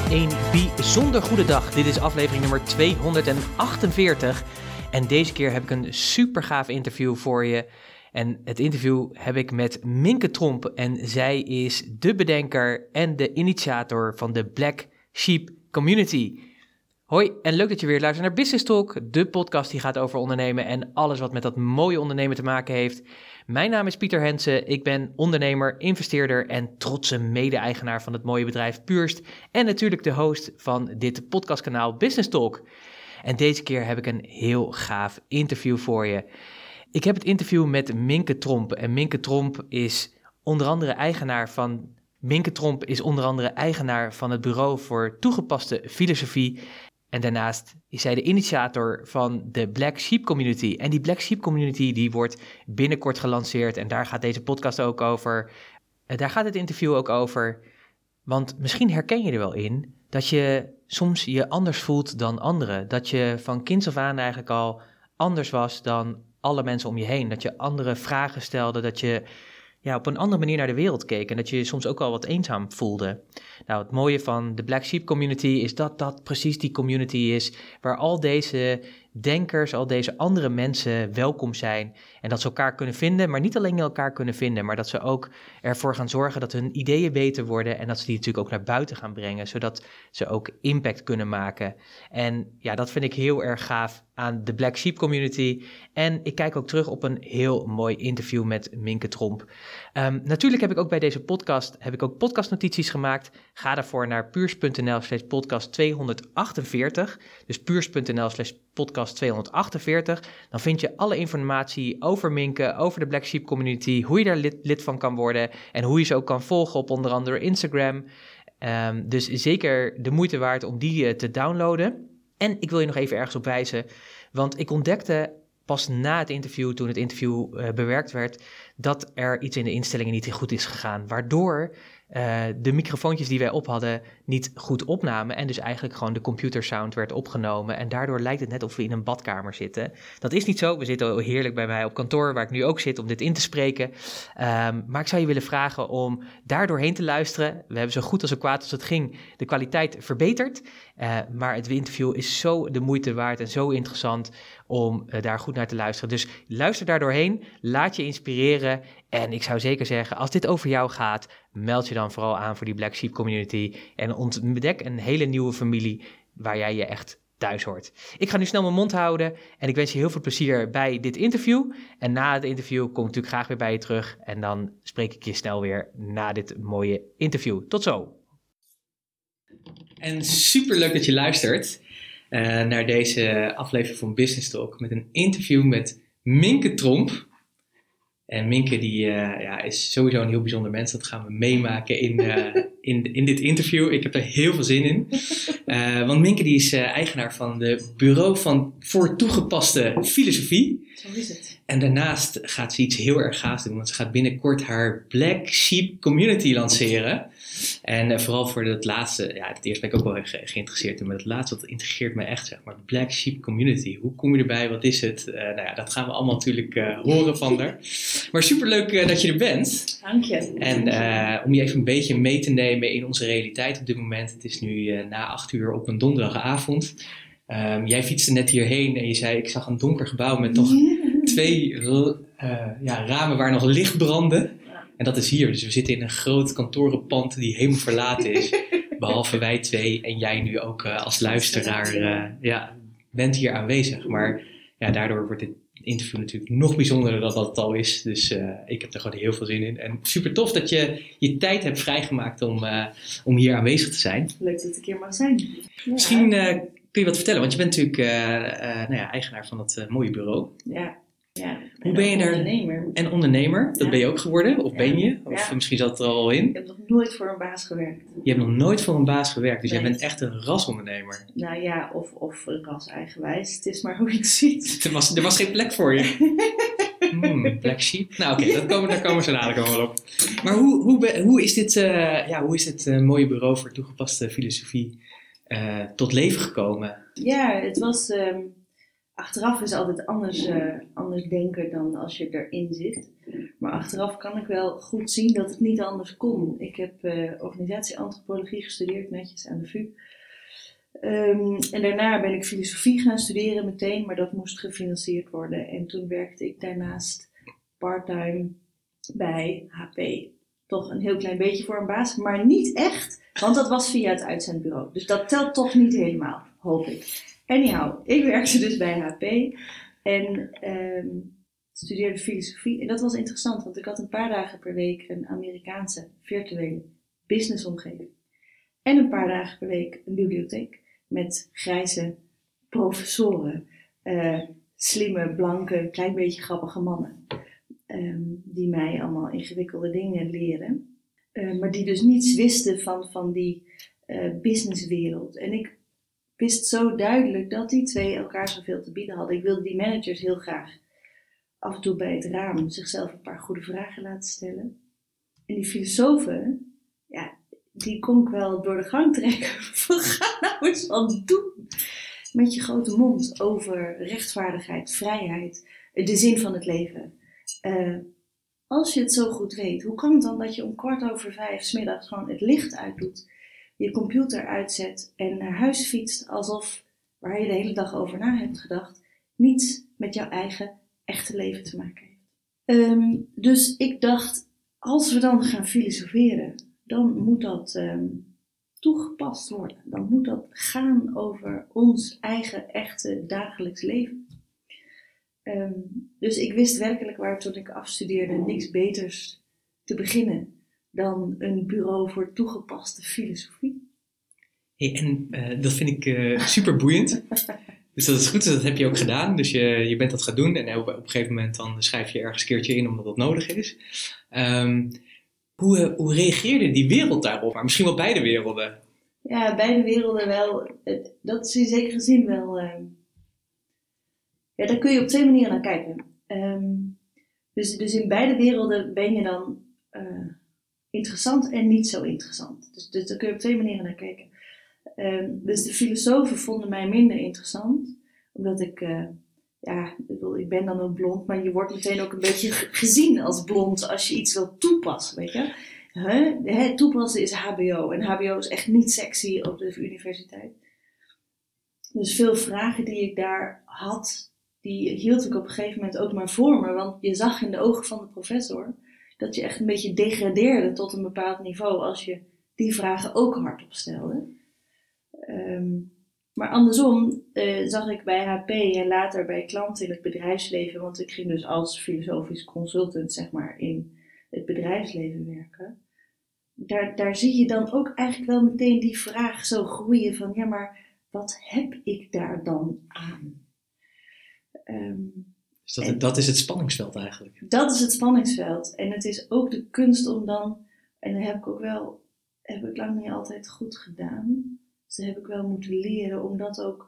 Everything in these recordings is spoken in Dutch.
Een bijzonder goede dag. Dit is aflevering nummer 248. En deze keer heb ik een super gaaf interview voor je. En het interview heb ik met Minke Tromp. En zij is de bedenker en de initiator van de Black Sheep Community. Hoi en leuk dat je weer luistert naar Business Talk, de podcast die gaat over ondernemen en alles wat met dat mooie ondernemen te maken heeft. Mijn naam is Pieter Hensen, ik ben ondernemer, investeerder en trotse mede-eigenaar van het mooie bedrijf Purst en natuurlijk de host van dit podcastkanaal Business Talk. En deze keer heb ik een heel gaaf interview voor je. Ik heb het interview met Minke Tromp en Minke Tromp is onder andere eigenaar van het Bureau voor Toegepaste Filosofie. En daarnaast is zij de initiator van de Black Sheep Community. En die Black Sheep Community die wordt binnenkort gelanceerd. En daar gaat deze podcast ook over. Daar gaat het interview ook over. Want misschien herken je er wel in dat je soms je anders voelt dan anderen. Dat je van kinds af aan eigenlijk al anders was dan alle mensen om je heen. Dat je andere vragen stelde, dat je op een andere manier naar de wereld keek en dat je je soms ook al wat eenzaam voelde. Nou, het mooie van de Black Sheep Community is dat dat precies die community is waar al deze denkers, al deze andere mensen welkom zijn en dat ze elkaar kunnen vinden, maar niet alleen elkaar kunnen vinden, maar dat ze ook ervoor gaan zorgen dat hun ideeën beter worden en dat ze die natuurlijk ook naar buiten gaan brengen, zodat ze ook impact kunnen maken. En ja, dat vind ik heel erg gaaf aan de Black Sheep Community. En ik kijk ook terug op een heel mooi interview met Minke Tromp. Natuurlijk heb ik ook bij deze podcast podcastnotities gemaakt. Ga daarvoor naar puurs.nl/podcast 248. Dus puurs.nl/podcast 248. Dan vind je alle informatie over Minke, over de Black Sheep Community, hoe je daar lid van kan worden en hoe je ze ook kan volgen op onder andere Instagram. Dus zeker de moeite waard om die te downloaden. En ik wil je nog even ergens op wijzen, want ik ontdekte pas na het interview, toen het interview bewerkt werd, dat er iets in de instellingen niet goed is gegaan, waardoor de microfoontjes die wij op hadden niet goed opnamen en dus eigenlijk gewoon de computersound werd opgenomen en daardoor lijkt het net of we in een badkamer zitten. Dat is niet zo, we zitten heerlijk bij mij op kantoor waar ik nu ook zit om dit in te spreken, maar ik zou je willen vragen om daar doorheen te luisteren. We hebben zo goed als zo kwaad als het ging de kwaliteit verbeterd, maar het interview is zo de moeite waard en zo interessant om daar goed naar te luisteren. Dus luister daar doorheen, laat je inspireren en ik zou zeker zeggen, als dit over jou gaat, meld je dan vooral aan voor die Black Sheep Community en ontdek een hele nieuwe familie waar jij je echt thuis hoort. Ik ga nu snel mijn mond houden en ik wens je heel veel plezier bij dit interview. En na het interview kom ik natuurlijk graag weer bij je terug en dan spreek ik je snel weer na dit mooie interview. Tot zo! En super leuk dat je luistert naar deze aflevering van Business Talk met een interview met Minke Tromp. En Minke die is sowieso een heel bijzonder mens. Dat gaan we meemaken in dit interview. Ik heb er heel veel zin in. Want Minke die is eigenaar van de Bureau voor Toegepaste Filosofie. Zo is het. En daarnaast gaat ze iets heel erg gaafs doen. Want ze gaat binnenkort haar Black Sheep Community lanceren. En vooral voor het laatste, het eerste ben ik ook wel geïnteresseerd in. Maar het laatste, dat integreert me echt, zeg maar. Black Sheep Community. Hoe kom je erbij? Wat is het? Dat gaan we allemaal natuurlijk horen van haar. Maar superleuk dat je er bent. Dank je. En om je even een beetje mee te nemen in onze realiteit op dit moment. Het is nu na 8:00 op een donderdagavond. Jij fietste net hierheen en je zei, ik zag een donker gebouw met toch 2 ramen waar nog licht brandde. En dat is hier. Dus we zitten in een groot kantorenpand die helemaal verlaten is. Behalve wij twee en jij nu ook als luisteraar bent hier aanwezig. Maar daardoor wordt dit interview natuurlijk nog bijzonderer dan dat het al is. Dus ik heb er gewoon heel veel zin in. En super tof dat je je tijd hebt vrijgemaakt om hier aanwezig te zijn. Leuk dat ik hier mag zijn. Ja. Misschien kun je wat vertellen, want je bent natuurlijk eigenaar van dat mooie bureau. Ja. Hoe ben je daar? Ondernemer. En ondernemer, dat ben je ook geworden? Of ben je? Of misschien zat het er al in? Ik heb nog nooit voor een baas gewerkt. Je hebt nog nooit voor een baas gewerkt, dus jij bent echt een rasondernemer. Nou ja, of ras eigenwijs. Het is maar hoe je het ziet. Er was geen plek voor je. Black sheep. Nou oké, daar komen we zo dadelijk wel op. Maar hoe is dit mooie bureau voor toegepaste filosofie tot leven gekomen? Ja, het was achteraf is altijd anders denken dan als je erin zit. Maar achteraf kan ik wel goed zien dat het niet anders kon. Ik heb organisatieantropologie gestudeerd, netjes aan de VU. En daarna ben ik filosofie gaan studeren meteen, maar dat moest gefinancierd worden. En toen werkte ik daarnaast parttime bij HP. Toch een heel klein beetje voor een baas, maar niet echt, want dat was via het uitzendbureau. Dus dat telt toch niet helemaal, hoop ik. Anyhow, ik werkte dus bij HP en studeerde filosofie. En dat was interessant, want ik had een paar dagen per week een Amerikaanse virtuele businessomgeving. En een paar dagen per week een bibliotheek met grijze professoren, slimme, blanke, klein beetje grappige mannen. Die mij allemaal ingewikkelde dingen leren. Maar die dus niets wisten van die businesswereld. En ik wist zo duidelijk dat die twee elkaar zoveel te bieden hadden. Ik wilde die managers heel graag af en toe bij het raam zichzelf een paar goede vragen laten stellen. En die filosofen, ja, die kon ik wel door de gang trekken. Van, ga nou eens wat doen. Met je grote mond over rechtvaardigheid, vrijheid, de zin van het leven. Als je het zo goed weet, hoe kan het dan dat je om 5:15 's middags gewoon het licht uitdoet, je computer uitzet en naar huis fietst alsof, waar je de hele dag over na hebt gedacht, niets met jouw eigen echte leven te maken heeft. Dus ik dacht, als we dan gaan filosoferen, dan moet dat toegepast worden. Dan moet dat gaan over ons eigen echte dagelijks leven. Dus ik wist werkelijk waar toen ik afstudeerde niks beters te beginnen dan een bureau voor toegepaste filosofie. Hey, en dat vind ik super boeiend. Dus dat is goed, dat heb je ook gedaan. Dus je bent dat gaan doen en op een gegeven moment dan schrijf je ergens een keertje in omdat dat nodig is. Hoe reageerde die wereld daarop? Maar misschien wel beide werelden. Ja, beide werelden wel. Dat is in zekere zin wel... Ja, daar kun je op twee manieren naar kijken. Dus in beide werelden ben je dan interessant en niet zo interessant. Dus daar kun je op twee manieren naar kijken. Dus de filosofen vonden mij minder interessant. Omdat ik ben dan ook blond, maar je wordt meteen ook een beetje gezien als blond als je iets wilt toepassen, weet je. Het toepassen is HBO en HBO is echt niet sexy op de universiteit. Dus veel vragen die ik daar had, die hield ik op een gegeven moment ook maar voor me. Want je zag in de ogen van de professor dat je echt een beetje degradeerde tot een bepaald niveau als je die vragen ook hardop stelde. Maar andersom zag ik bij HP en later bij klanten in het bedrijfsleven, want ik ging dus als filosofisch consultant zeg maar in het bedrijfsleven werken. Daar zie je dan ook eigenlijk wel meteen die vraag zo groeien van ja, maar wat heb ik daar dan aan? Dus dat is het spanningsveld eigenlijk. Dat is het spanningsveld. En het is ook de kunst om dan, en dat heb ik lang niet altijd goed gedaan. Dus dat heb ik wel moeten leren om dat ook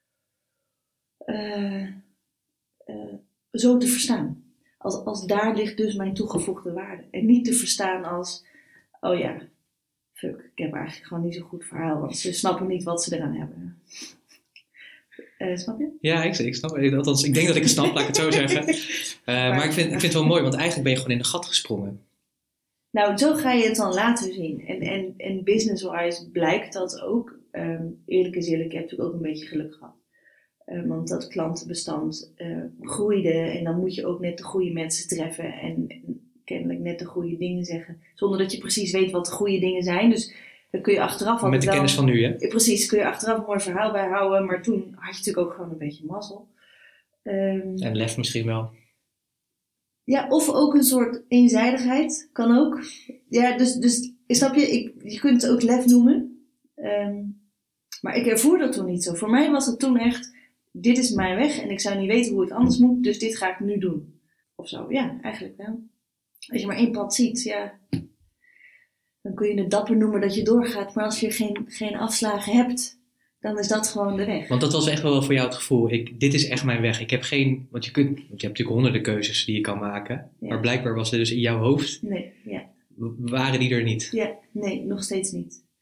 zo te verstaan. Als daar ligt dus mijn toegevoegde waarde. En niet te verstaan als, oh ja, fuck, ik heb eigenlijk gewoon niet zo'n goed verhaal. Want ze snappen niet wat ze eraan hebben. Snap je? Ja, ik snap het. Althans, ik denk dat ik het snap, laat ik het zo zeggen. Maar ik vind het wel mooi, want eigenlijk ben je gewoon in een gat gesprongen. Nou, zo ga je het dan laten zien. En business-wise blijkt dat ook. Eerlijk is eerlijk, ik heb natuurlijk ook een beetje geluk gehad. Want dat klantenbestand groeide. En dan moet je ook net de goede mensen treffen. En kennelijk net de goede dingen zeggen. Zonder dat je precies weet wat de goede dingen zijn. Dus dan kun je achteraf met de kennis van nu, hè? Precies, kun je achteraf een mooi verhaal bijhouden. Maar toen had je natuurlijk ook gewoon een beetje mazzel. En lef misschien wel. Ja, of ook een soort eenzijdigheid. Kan ook. Ja, dus snap je? Je kunt het ook lef noemen. Maar ik ervoer dat toen niet zo. Voor mij was het toen echt, dit is mijn weg en ik zou niet weten hoe het anders moet. Dus dit ga ik nu doen. Of zo, ja, eigenlijk wel. Als je maar één pad ziet, ja, dan kun je het dapper noemen dat je doorgaat. Maar als je geen afslagen hebt, dan is dat gewoon de weg. Want dat was echt wel voor jou het gevoel, dit is echt mijn weg. Ik heb want je hebt natuurlijk honderden keuzes die je kan maken. Ja. Maar blijkbaar was er dus in jouw hoofd, nee, ja. waren die er niet? Ja, nee, nog steeds niet.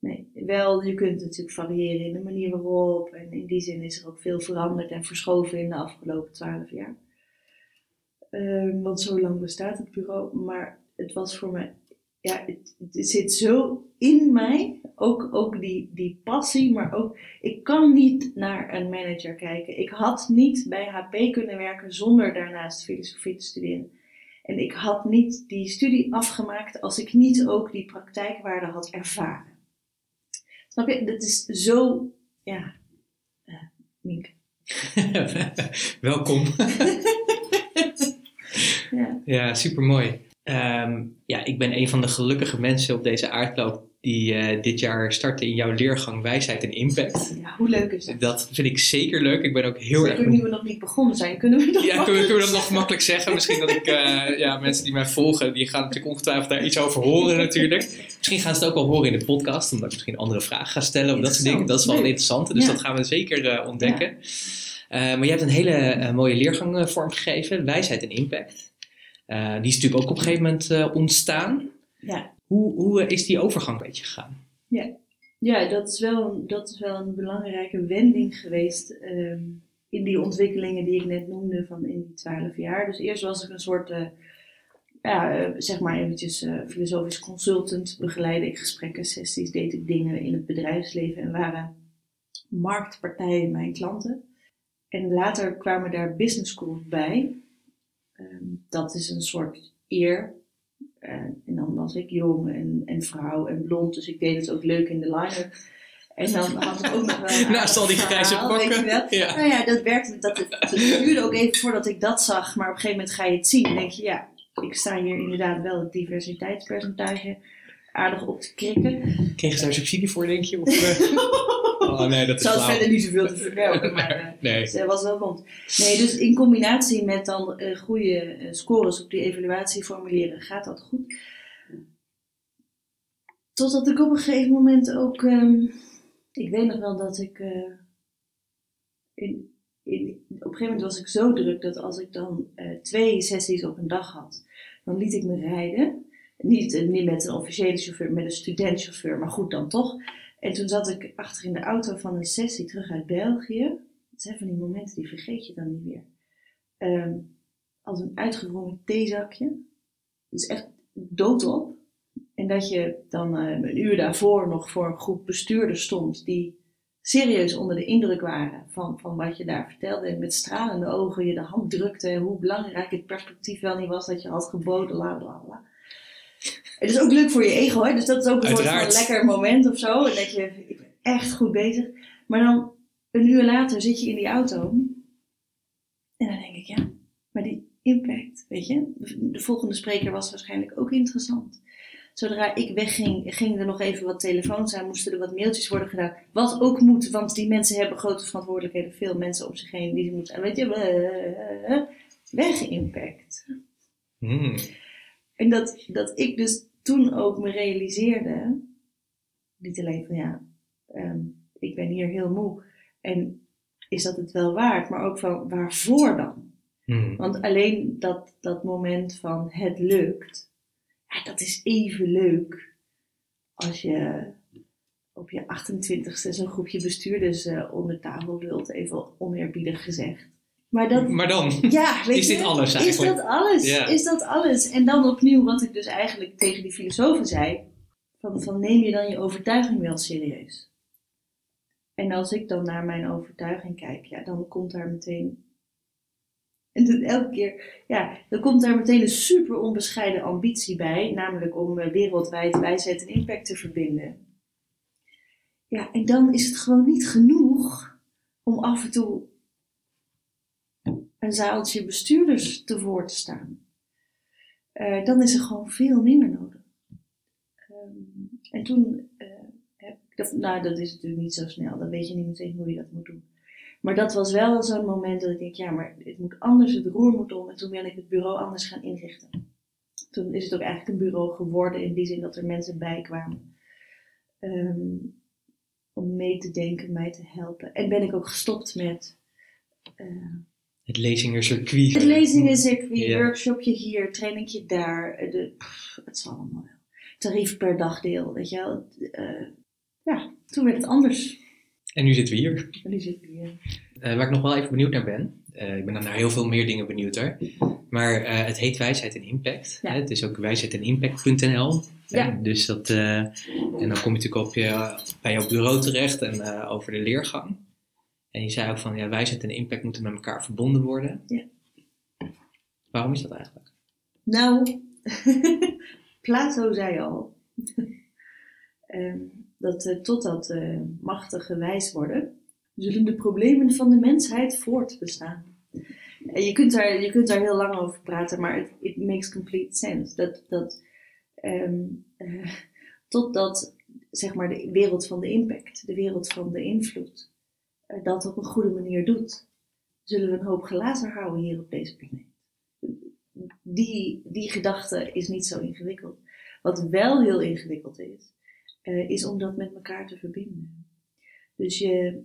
Nee, wel, je kunt natuurlijk variëren in de manier waarop. En in die zin is er ook veel veranderd en verschoven in de afgelopen 12 jaar. Want zo lang bestaat het bureau. Maar het was voor mij, ja, het zit zo in mij. Ook die passie, maar ook, ik kan niet naar een manager kijken. Ik had niet bij HP kunnen werken zonder daarnaast filosofie te studeren. En ik had niet die studie afgemaakt als ik niet ook die praktijkwaarde had ervaren. Snap je? Dat is zo, ja, Mink. Welkom. Ja, supermooi. Ik ben een van de gelukkige mensen op deze aardkloot die dit jaar starten in jouw leergang Wijsheid en Impact. Ja, hoe leuk is dat? Dat vind ik zeker leuk. Ik ben ook heel zeker erg... nu we nog niet begonnen zijn, kunnen we dat kunnen we dat nog makkelijk zeggen. Misschien dat ik, mensen die mij volgen, die gaan natuurlijk ongetwijfeld daar iets over horen natuurlijk. Misschien gaan ze het ook wel horen in de podcast, omdat ik misschien andere vragen ga stellen of dat soort dingen. Dat is wel een interessante, dus dat gaan we zeker ontdekken. Ja. Maar je hebt een hele mooie leergang vormgegeven, Wijsheid en Impact. Die is natuurlijk ook op een gegeven moment ontstaan. Ja. Hoe is die overgang een beetje gegaan? Ja, dat is wel een belangrijke wending geweest in die ontwikkelingen die ik net noemde van in die 12 jaar. Dus eerst was ik een soort, zeg maar eventjes filosofisch consultant, begeleidde ik gesprekken, sessies, deed ik dingen in het bedrijfsleven en waren marktpartijen mijn klanten. En later kwamen daar business schools bij. Dat is een soort eer. En dan was ik jong en vrouw en blond, dus ik deed het ook leuk in de line-up. En dan had ik ook nog wel naast al die grijze pakken. Ja. Nou ja, dat werkte. Dat duurde ook even voordat ik dat zag, maar op een gegeven moment ga je het zien. Dan denk je, ja, ik sta hier inderdaad wel het diversiteitspercentage aardig op te krikken. Kreeg je daar subsidie voor, denk je? Of, Oh nee, dat is zou verder niet zoveel te vermelden, maar nee. Ze was wel rond. Nee, dus in combinatie met dan goede scores op die evaluatieformulieren gaat dat goed. Totdat ik op een gegeven moment ook, ik weet nog wel dat ik, op een gegeven moment was ik zo druk dat als ik dan 2 sessies op een dag had, dan liet ik me rijden. Niet met een officiële chauffeur, met een studentchauffeur, maar goed dan toch. En toen zat ik achter in de auto van een sessie terug uit België. Dat zijn van die momenten die vergeet je dan niet meer. Als een uitgewrongen theezakje. Dus echt doodop. En dat je dan een uur daarvoor nog voor een groep bestuurders stond die serieus onder de indruk waren van wat je daar vertelde. En met stralende ogen je de hand drukte en hoe belangrijk het perspectief wel niet was dat je had geboden. Bla bla bla. Het is ook leuk voor je ego, hè? Dus dat is ook een soort van lekker moment of zo. En dat je, ik ben echt goed bezig. Maar dan, een uur later zit je in die auto. En dan denk ik, ja, maar die impact, weet je. De volgende spreker was waarschijnlijk ook interessant. Zodra ik wegging, gingen er nog even wat telefoons aan. Moesten er wat mailtjes worden gedaan. Wat ook moet, want die mensen hebben grote verantwoordelijkheden. Veel mensen om zich heen die ze moeten, weet je, weg-impact. En dat ik dus toen ook me realiseerde, niet alleen van ik ben hier heel moe en is dat het wel waard, maar ook van waarvoor dan? Want alleen dat moment van het lukt, dat is even leuk als je op je 28ste zo'n groepje bestuurders onder tafel lult, even oneerbiedig gezegd. Maar dan, ja, weet is dit alles eigenlijk? Is dat alles? Ja. Is dat alles? En dan opnieuw wat ik dus eigenlijk tegen die filosofen zei. Van neem je dan je overtuiging wel serieus? En als ik dan naar mijn overtuiging kijk, dan komt daar meteen... En elke keer, dan komt daar meteen een super onbescheiden ambitie bij. Namelijk om wereldwijd wijsheid en impact te verbinden. Ja, en dan is het gewoon niet genoeg om af en toe een zaaltje bestuurders te voor te staan. Dan is er gewoon veel meer nodig. En toen heb ik dat is natuurlijk niet zo snel. Dan weet je niet meteen hoe je dat moet doen. Maar dat was wel zo'n moment dat ik denk, maar het moet anders, het roer moet om. En toen ben ik het bureau anders gaan inrichten. Toen is het ook eigenlijk een bureau geworden in die zin dat er mensen bij kwamen. Om mee te denken, mij te helpen. En ben ik ook gestopt met... het lezingencircuit. Het lezingencircuit, workshopje hier, trainingje daar. Het zal allemaal wel. Tarief per dagdeel, weet je wel. Ja, toen werd het anders. En nu zitten we hier. En nu zitten we hier. Waar ik nog wel even benieuwd naar ben. Ik ben naar heel veel meer dingen benieuwd hoor. Maar het heet Wijsheid en Impact. Ja. Het is ook wijsheidendimpact.nl. Ja. Dus dat, en dan kom je natuurlijk bij jouw bureau terecht en over de leergang. En je zei ook van wijsheid en impact moeten met elkaar verbonden worden. Ja. Waarom is dat eigenlijk? Nou, Plato zei al dat totdat machtigen wijs worden, zullen de problemen van de mensheid voortbestaan. En je kunt daar heel lang over praten, maar it makes complete sense. Totdat zeg maar de wereld van de impact, de wereld van de invloed, dat op een goede manier doet, zullen we een hoop glazen houden hier op deze planeet. Die gedachte is niet zo ingewikkeld. Wat wel heel ingewikkeld is om dat met elkaar te verbinden. Dus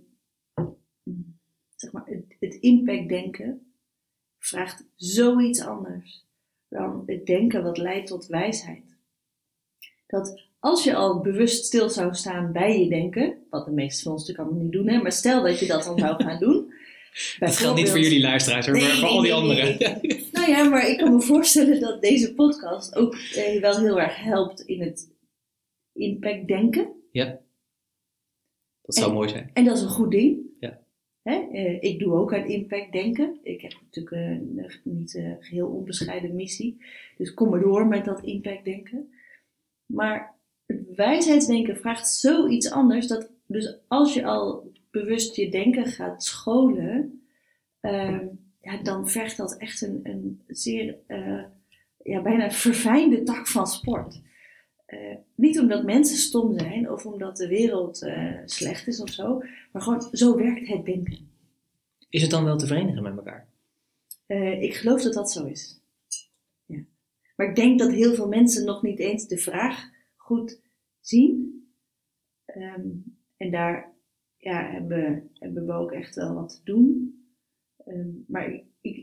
het impactdenken vraagt zoiets anders dan het denken wat leidt tot wijsheid. Dat als je al bewust stil zou staan bij je denken, wat de meeste van ons natuurlijk allemaal niet doen, hè, maar stel dat je dat dan zou gaan doen. Dat geldt niet voor jullie luisteraars, maar voor al die anderen. Nee. Nou ja, maar ik kan me voorstellen dat deze podcast ook wel heel erg helpt in het impactdenken. Ja, dat zou mooi zijn. En dat is een goed ding. Ja. Ik doe ook aan impactdenken. Ik heb natuurlijk niet een geheel onbescheiden missie. Dus kom maar door met dat impactdenken. Maar het wijsheidsdenken vraagt zoiets anders. Dus als je al bewust je denken gaat scholen, dan vergt dat echt een zeer bijna verfijnde tak van sport. Niet omdat mensen stom zijn of omdat de wereld slecht is of zo, maar gewoon zo werkt het denken. Is het dan wel te verenigen met elkaar? Ik geloof dat dat zo is. Ja. Maar ik denk dat heel veel mensen nog niet eens de vraag goed zien. En daar hebben we ook echt wel wat te doen. Maar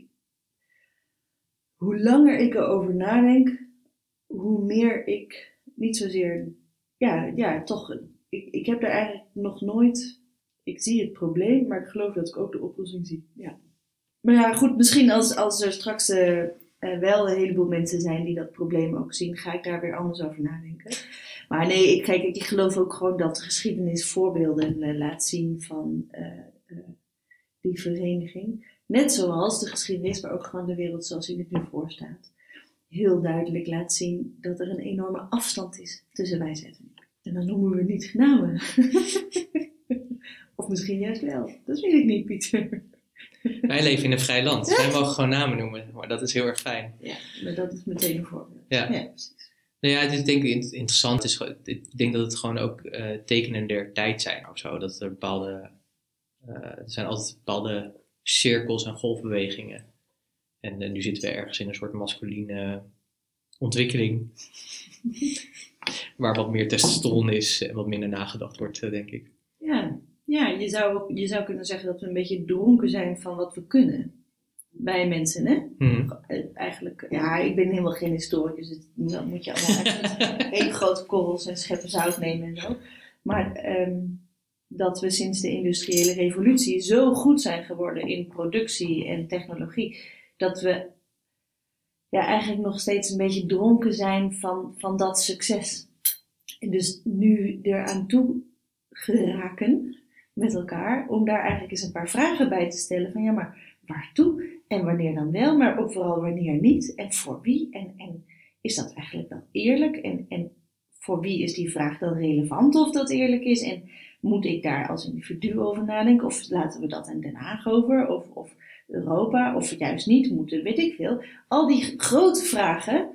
hoe langer ik erover nadenk, hoe meer ik niet zozeer, ik heb daar eigenlijk nog nooit, ik zie het probleem, maar ik geloof dat ik ook de oplossing zie. Ja. Maar ja, goed, misschien als er straks wel een heleboel mensen zijn die dat probleem ook zien, ga ik daar weer anders over nadenken. Maar nee, ik geloof ook gewoon dat de geschiedenis voorbeelden laat zien van die vereniging. Net zoals de geschiedenis, maar ook gewoon de wereld zoals u het nu voorstaat, heel duidelijk laat zien dat er een enorme afstand is tussen wijsheid en impact. En dan noemen we niet namen. Of misschien juist wel. Dat weet ik niet, Pieter. Wij leven in een vrij land. Wij mogen gewoon namen noemen, maar dat is heel erg fijn. Ja, maar dat is meteen een voorbeeld. Ja, precies. Nou ja, het is denk ik interessant. Ik denk dat het gewoon ook tekenen der tijd zijn of zo. Dat er er zijn altijd bepaalde cirkels en golfbewegingen. En nu zitten we ergens in een soort masculine ontwikkeling. Waar wat meer testosteron is en wat minder nagedacht wordt, denk ik. Ja, je zou kunnen zeggen dat we een beetje dronken zijn van wat we kunnen. Bij mensen, hè? Eigenlijk, ik ben helemaal geen historicus. Dus dan moet je allemaal echt hele grote korrels en scheppen zout nemen en zo. Maar dat we sinds de industriële revolutie zo goed zijn geworden in productie en technologie, dat we eigenlijk nog steeds een beetje dronken zijn van dat succes. En dus nu eraan toe geraken met elkaar, om daar eigenlijk eens een paar vragen bij te stellen van maar waartoe en wanneer dan wel, maar ook vooral wanneer niet en voor wie en is dat eigenlijk dan eerlijk en voor wie is die vraag dan relevant of dat eerlijk is en moet ik daar als individu over nadenken of laten we dat aan Den Haag over of Europa of juist niet moeten, weet ik veel. Al die grote vragen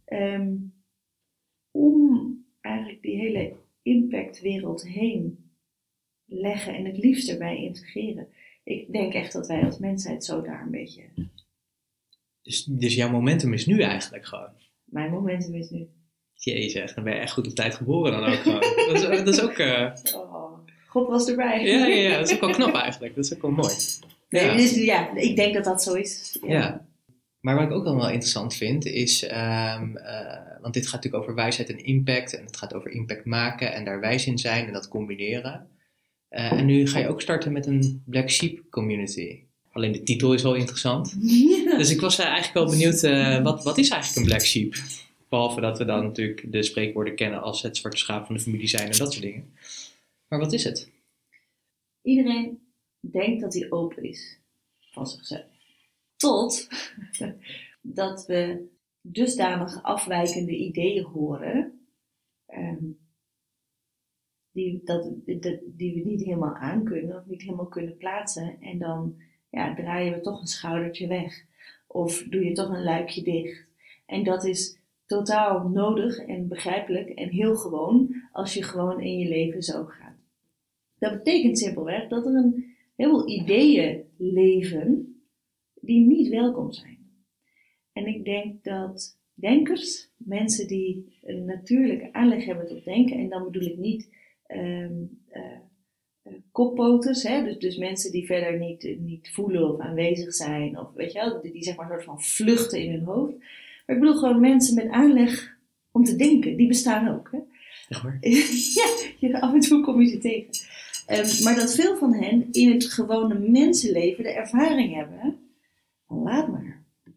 om eigenlijk die hele impactwereld heen leggen en het liefst erbij integreren. Ik denk echt dat wij als mensheid zo daar een beetje... Dus jouw momentum is nu eigenlijk gewoon? Mijn momentum is nu. Jezus, dan ben je echt goed op tijd geboren dan ook gewoon. dat is ook... God was erbij. Ja, dat is ook wel knap eigenlijk. Dat is ook wel mooi. Nee, dus, ik denk dat dat zo is. Ja. Maar wat ik ook dan wel interessant vind is, want dit gaat natuurlijk over wijsheid en impact. En het gaat over impact maken en daar wijs in zijn en dat combineren. En nu ga je ook starten met een Black Sheep Community. Alleen de titel is wel interessant. Ja. Dus ik was eigenlijk wel benieuwd, wat is eigenlijk een Black Sheep? Behalve dat we dan natuurlijk de spreekwoorden kennen als het zwarte schaap van de familie zijn en dat soort dingen. Maar wat is het? Iedereen denkt dat hij open is van zichzelf. Tot dat we dusdanig afwijkende ideeën horen die we niet helemaal aankunnen of niet helemaal kunnen plaatsen. En dan draaien we toch een schoudertje weg. Of doe je toch een luikje dicht. En dat is totaal nodig en begrijpelijk en heel gewoon als je gewoon in je leven zo gaat. Dat betekent simpelweg dat er een heleboel ideeën leven die niet welkom zijn. En ik denk dat denkers, mensen die een natuurlijke aanleg hebben tot denken, en dan bedoel ik niet koppoters, dus mensen die verder niet voelen of aanwezig zijn, of weet je wel, die zeg maar een soort van vluchten in hun hoofd. Maar ik bedoel gewoon mensen met aanleg om te denken, die bestaan ook. Hè? Ja hoor. Ja, af en toe kom je ze tegen. Maar dat veel van hen in het gewone mensenleven de ervaring hebben, laat maar.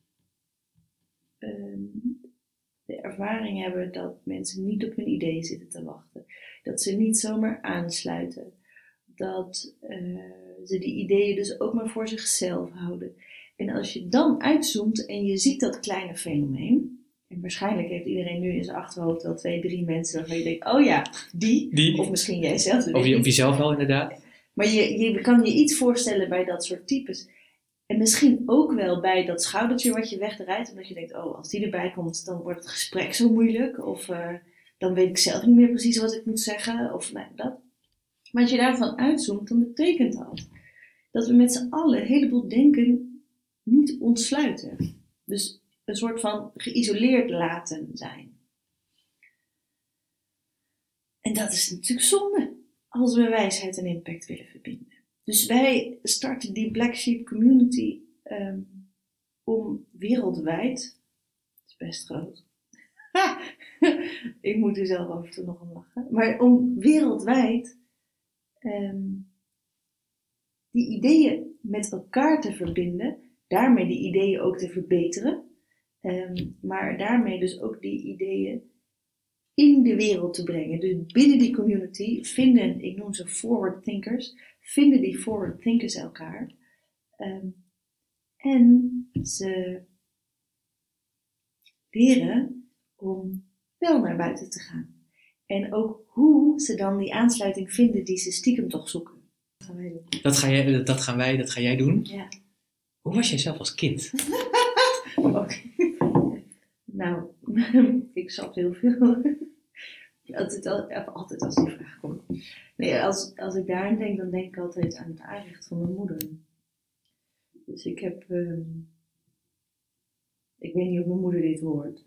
De ervaring hebben dat mensen niet op hun ideeën zitten te wachten. Dat ze niet zomaar aansluiten. Dat ze die ideeën dus ook maar voor zichzelf houden. En als je dan uitzoomt en je ziet dat kleine fenomeen. En waarschijnlijk heeft iedereen nu in zijn achterhoofd wel 2, 3 mensen waarvan je denkt, oh ja, die. Of misschien jijzelf. Of jezelf wel inderdaad. Maar je kan je iets voorstellen bij dat soort types. En misschien ook wel bij dat schoudertje wat je wegdraait. Omdat je denkt, oh, als die erbij komt, dan wordt het gesprek zo moeilijk. Of dan weet ik zelf niet meer precies wat ik moet zeggen. Of dat. Maar als je daarvan uitzoomt, dan betekent dat we met z'n allen een heleboel denken niet ontsluiten. Dus een soort van geïsoleerd laten zijn. En dat is natuurlijk zonde, als we wijsheid en impact willen verbinden. Dus wij starten die Black Sheep Community om wereldwijd, het is best groot, ik moet er zelf af en toe nog om lachen, maar om wereldwijd die ideeën met elkaar te verbinden, daarmee die ideeën ook te verbeteren, maar daarmee dus ook die ideeën in de wereld te brengen. Dus binnen die community vinden, ik noem ze forward thinkers, vinden die forward thinkers elkaar. En ze leren om wel naar buiten te gaan. En ook hoe ze dan die aansluiting vinden die ze stiekem toch zoeken. Dat gaan wij doen. Dat ga jij doen? Ja. Hoe was jij zelf als kind? Okay. Nou, ik zat heel veel. Altijd als die vraag komt. Nee, als ik daaraan denk, dan denk ik altijd aan het aanrecht van mijn moeder. Dus ik heb... ik weet niet of mijn moeder dit hoort.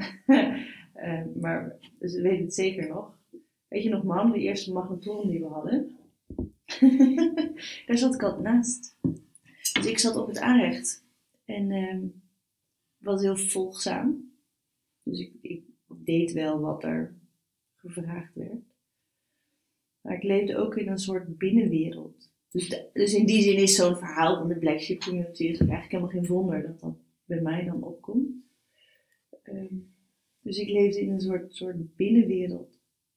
Maar ze weet het zeker nog. Weet je nog, mam, de eerste magnetron die we hadden? Daar zat ik altijd naast. Dus ik zat op het aanrecht. En was heel volgzaam. Dus ik deed wel wat er gevraagd werd. Maar ik leefde ook in een soort binnenwereld. Dus in die zin is zo'n verhaal van de Black Sheep Community is eigenlijk helemaal geen wonder dat dat bij mij dan opkomt. Dus ik leefde in een soort binnenwereld.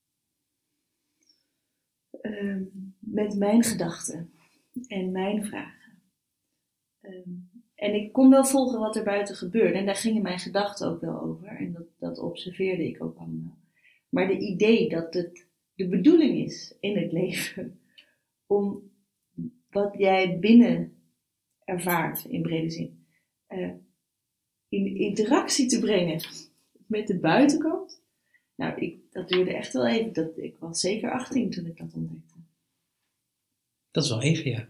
Met mijn gedachten en mijn vragen. En ik kon wel volgen wat er buiten gebeurde. En daar gingen mijn gedachten ook wel over. En dat observeerde ik ook allemaal. Maar de idee dat het de bedoeling is in het leven om wat jij binnen ervaart in brede zin in interactie te brengen met de buitenkant. Nou, dat duurde echt wel even. Ik was zeker 18 toen ik dat ontdekte. Dat is wel even, ja.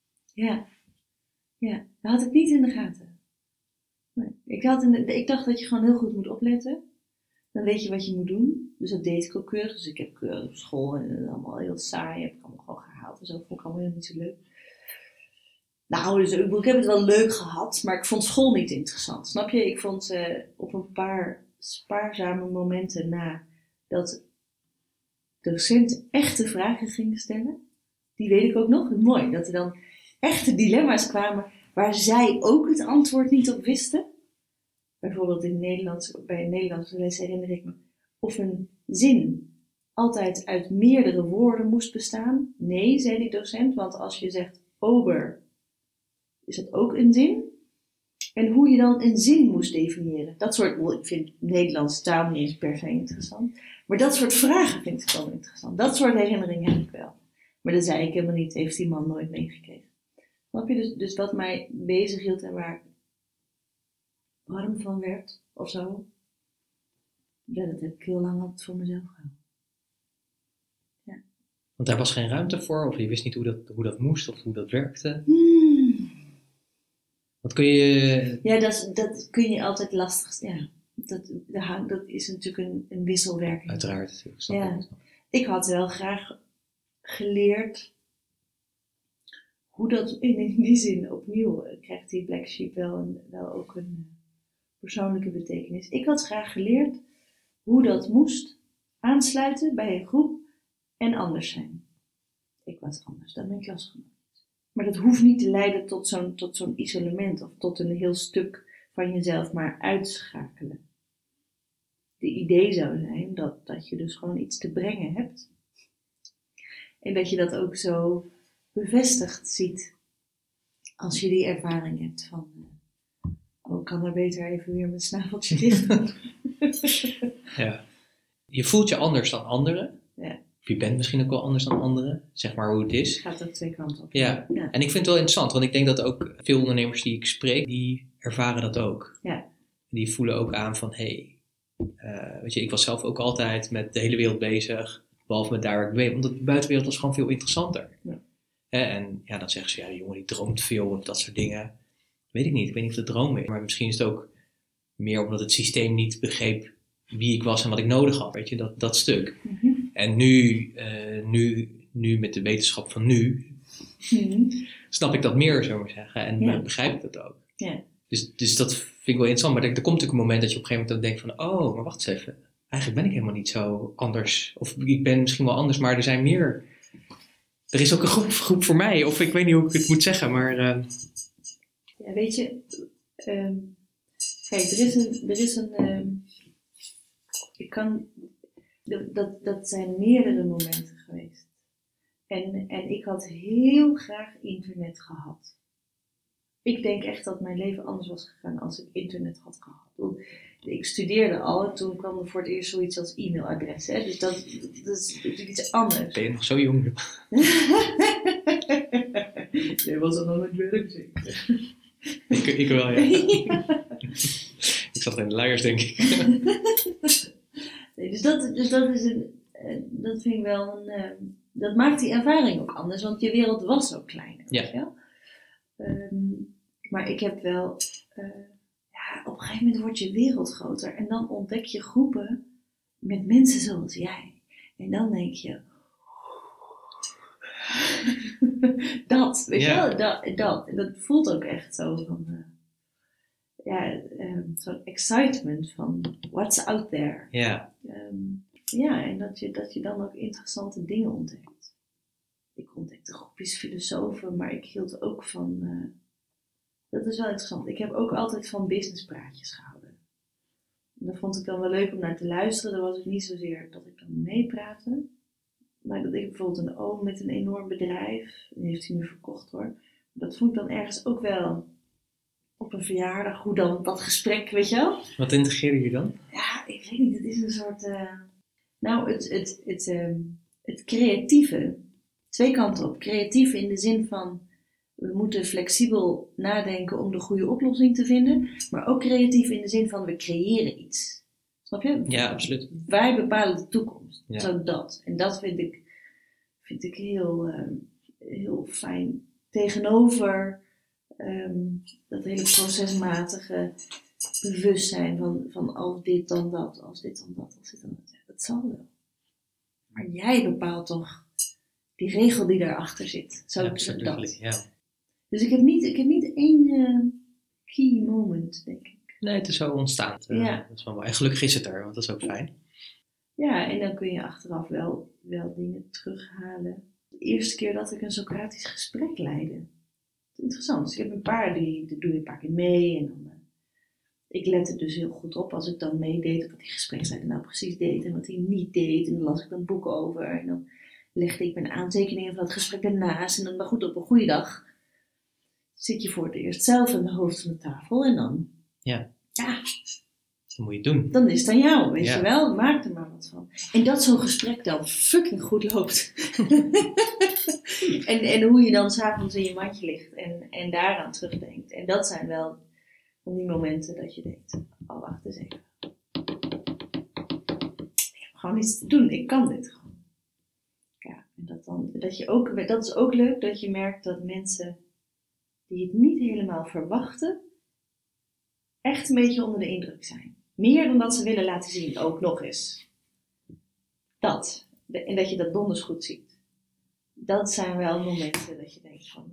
Ja, dat had ik niet in de gaten. Nee. Ik dacht dat je gewoon heel goed moet opletten. Dan weet je wat je moet doen. Dus dat deed ik ook keurig. Dus ik heb keurig op school en allemaal heel saai. Heb ik allemaal gewoon gehaald en zo. Vond ik allemaal heel niet zo leuk. Nou, dus ik heb het wel leuk gehad, maar ik vond school niet interessant. Snap je? Ik vond op een paar spaarzame momenten na dat docenten echte vragen gingen stellen. Die weet ik ook nog. Mooi, dat er dan echte dilemma's kwamen waar zij ook het antwoord niet op wisten. Bijvoorbeeld bij een Nederlandse les herinner ik me. Of een zin altijd uit meerdere woorden moest bestaan. Nee, zei die docent, want als je zegt ober, is dat ook een zin. En hoe je dan een zin moest definiëren. Dat soort, ik vind Nederlandse taal niet eens per se interessant. Maar dat soort vragen vind ik wel interessant. Dat soort herinneringen heb ik wel. Maar dat zei ik helemaal niet, heeft die man nooit meegekregen. Snap je? Dus wat mij bezig hield en waar ik warm van werd, of zo. Ja, dat heb ik heel lang altijd voor mezelf gehouden. Ja. Want daar was geen ruimte voor, of je wist niet hoe dat moest, of hoe dat werkte. Wat kun je... Ja, dat kun je altijd lastig... Ja, dat is natuurlijk een wisselwerking. Uiteraard. Ja. Ik had wel graag geleerd hoe dat in die zin opnieuw krijgt die Black Sheep wel ook een persoonlijke betekenis. Ik had graag geleerd hoe dat moest aansluiten bij een groep en anders zijn. Ik was anders dan mijn klasgenoot. Maar dat hoeft niet te leiden tot zo'n isolement of tot een heel stuk van jezelf maar uitschakelen. De idee zou zijn dat je dus gewoon iets te brengen hebt. En dat je dat ook zo bevestigd ziet als je die ervaring hebt van ik kan er beter even weer mijn snaveltje dicht doen. Ja. Je voelt je anders dan anderen. Ja. Of je bent misschien ook wel anders dan anderen. Zeg maar hoe het is. Het gaat ook twee kanten op. Ja. En ik vind het wel interessant. Want ik denk dat ook veel ondernemers die ik spreek, die ervaren dat ook. Ja. Die voelen ook aan van, weet je, ik was zelf ook altijd met de hele wereld bezig. Behalve met daar waar ik ben. Want de buitenwereld was gewoon veel interessanter. Ja. En ja, dan zeggen ze, ja, die jongen die droomt veel of dat soort dingen. Weet ik niet. Ik weet niet of het droom is. Maar misschien is het ook meer omdat het systeem niet begreep wie ik was en wat ik nodig had. Weet je, dat stuk. Mm-hmm. En nu met de wetenschap van nu, snap ik dat meer, zou ik maar zeggen. En begrijp ik dat ook. Ja. Dus dat vind ik wel interessant. Maar er komt natuurlijk een moment dat je op een gegeven moment denkt van, oh, maar wacht eens even. Eigenlijk ben ik helemaal niet zo anders. Of ik ben misschien wel anders, maar er zijn meer. Er is ook een groep voor mij. Of ik weet niet hoe ik het moet zeggen, maar... Ja, weet je... kijk, er is een ik kan... Dat zijn meerdere momenten geweest. En ik had heel graag internet gehad. Ik denk echt dat mijn leven anders was gegaan als ik internet had gehad. Ik studeerde al en toen kwam er voor het eerst zoiets als e-mailadres. Hè? Dus dat is natuurlijk iets anders. Ben je nog zo jong? Nee, was dat nog met werk zeker? Ik wel, ja. Ik zat er in de luiers, denk ik. Nee, dus dat is dat vind ik wel dat maakt die ervaring ook anders, want je wereld was ook kleiner. Ja. Weet je wel? Maar ik heb wel, op een gegeven moment wordt je wereld groter en dan ontdek je groepen met mensen zoals jij. En dan denk je, dat, weet je wel, dat voelt ook echt zo van, zo'n excitement van what's out there. Ja. En dat je dan ook interessante dingen ontdekt. Ik ontdekte groepjes filosofen, maar ik hield ook van... dat is wel interessant. Ik heb ook altijd van businesspraatjes gehouden. En dat vond ik dan wel leuk om naar te luisteren. Dat was het niet zozeer dat ik dan meepraatte. Maar dat ik bijvoorbeeld een oom met een enorm bedrijf... Die heeft hij nu verkocht hoor. Dat vond ik dan ergens ook wel... Op een verjaardag, hoe dan dat gesprek, weet je wel? Wat integreer je dan? Ja, ik weet niet. Het is een soort... het creatieve. Twee kanten op. Creatief in de zin van... We moeten flexibel nadenken om de goede oplossing te vinden. Maar ook creatief in de zin van we creëren iets. Snap je? Ja, absoluut. Wij bepalen de toekomst. Ja. Zo dat. En dat vind ik heel fijn. Tegenover dat hele procesmatige bewustzijn van als dit dan dat, als dit dan dat, als dit dan dat. Dat zal wel. Maar jij bepaalt toch die regel die daarachter zit. Zo dat. Ja. Dus ik heb niet één key moment, denk ik. Nee, het is zo ontstaan. Ja. Dat is wel mooi. En gelukkig is het er, want dat is ook fijn. Ja, en dan kun je achteraf wel dingen terughalen. De eerste keer dat ik een Socratisch gesprek leidde. Interessant. Dus ik heb een paar, die doe je een paar keer mee. En dan, ik lette dus heel goed op als ik dan meedeed op wat die gespreksleider nou precies deed en wat hij niet deed. En dan las ik dan boek over. En dan legde ik mijn aantekeningen van dat gesprek ernaast. En dan, maar goed, op een goede dag zit je voor het eerst zelf aan de hoofd van de tafel. En dan, Ja. ja, Dat moet je doen. dan is het aan jou, weet Ja. je wel. Maak er maar wat van. En dat zo'n gesprek dan fucking goed loopt. en hoe je dan s'avonds in je mandje ligt en daaraan terugdenkt. En dat zijn wel van die momenten dat je denkt, oh wacht eens even. Ik heb gewoon iets te doen, ik kan dit gewoon. Ja, en dat is ook leuk dat je merkt dat mensen die het niet helemaal verwachten, echt een beetje onder de indruk zijn. Meer dan dat ze willen laten zien, ook nog eens. Dat. En dat je dat donders goed ziet. Dat zijn wel momenten dat je denkt van...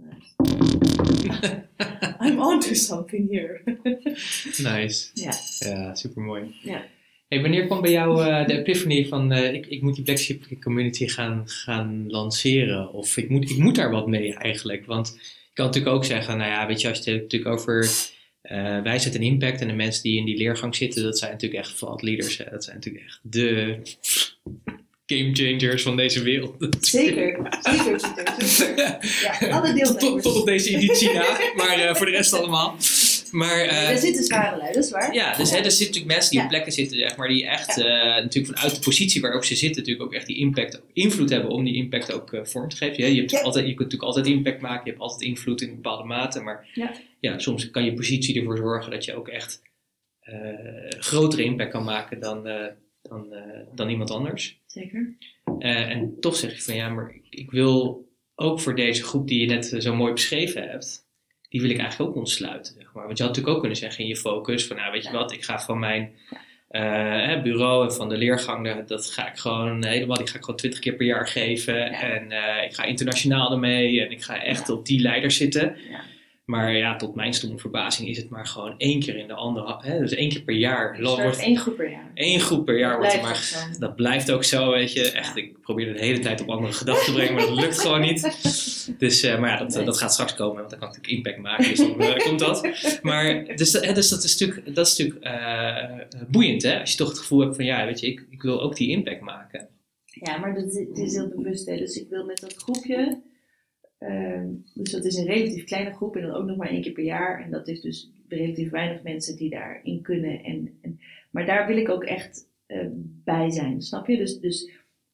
I'm onto something here. Nice. Ja. Ja, supermooi. Ja. Hey, wanneer kwam bij jou de epiphany van ik moet die Black Sheep community gaan lanceren? Of ik moet daar wat mee eigenlijk? Want je kan natuurlijk ook zeggen, nou ja, weet je, als je het natuurlijk over wijsheid en impact en de mensen die in die leergang zitten, dat zijn natuurlijk echt thought leaders. Hè? Dat zijn natuurlijk echt de game changers van deze wereld. Zeker, Pieter. Ja, alle deelnemers. Tot op deze editie na, maar voor de rest allemaal. Maar, er zitten zware lui, dat is waar. Ja, dus er zitten natuurlijk mensen die op plekken zitten, zeg maar, die echt natuurlijk vanuit de positie waarop ze zitten, natuurlijk ook echt die invloed hebben om die impact ook vorm te geven. Je kunt natuurlijk altijd impact maken, je hebt altijd invloed in een bepaalde mate, maar ja, soms kan je positie ervoor zorgen dat je ook echt grotere impact kan maken dan iemand anders. Zeker. En toch zeg je van ja, maar ik wil ook voor deze groep die je net zo mooi beschreven hebt, die wil ik eigenlijk ook ontsluiten. Zeg maar. Want je had natuurlijk ook kunnen zeggen in je focus van nou weet je wat, ik ga van mijn bureau en van de leergang, dat ga ik gewoon helemaal, die ga ik gewoon 20 keer per jaar geven. Ja. En ik ga internationaal ermee en ik ga echt op die leiders zitten. Ja. Maar ja, tot mijn stomme verbazing is het maar gewoon 1 keer in de andere, dus 1 keer per jaar. Dus 1 groep per jaar. 1 groep per jaar wordt er maar. Dat blijft ook zo, weet je. Echt, ik probeer het de hele tijd op andere gedachten te brengen, maar dat lukt gewoon niet. Dus, maar ja, dat gaat straks komen, want dan kan ik natuurlijk impact maken, dus dan komt dat. Maar, dus dat is natuurlijk boeiend, hè. Als je toch het gevoel hebt van, ja, weet je, ik wil ook die impact maken. Ja, maar het is heel bewust, hè. Dus ik wil met dat groepje... dus dat is een relatief kleine groep en dan ook nog maar 1 keer per jaar. En dat is dus relatief weinig mensen die daarin kunnen. Maar daar wil ik ook echt bij zijn, snap je? Dus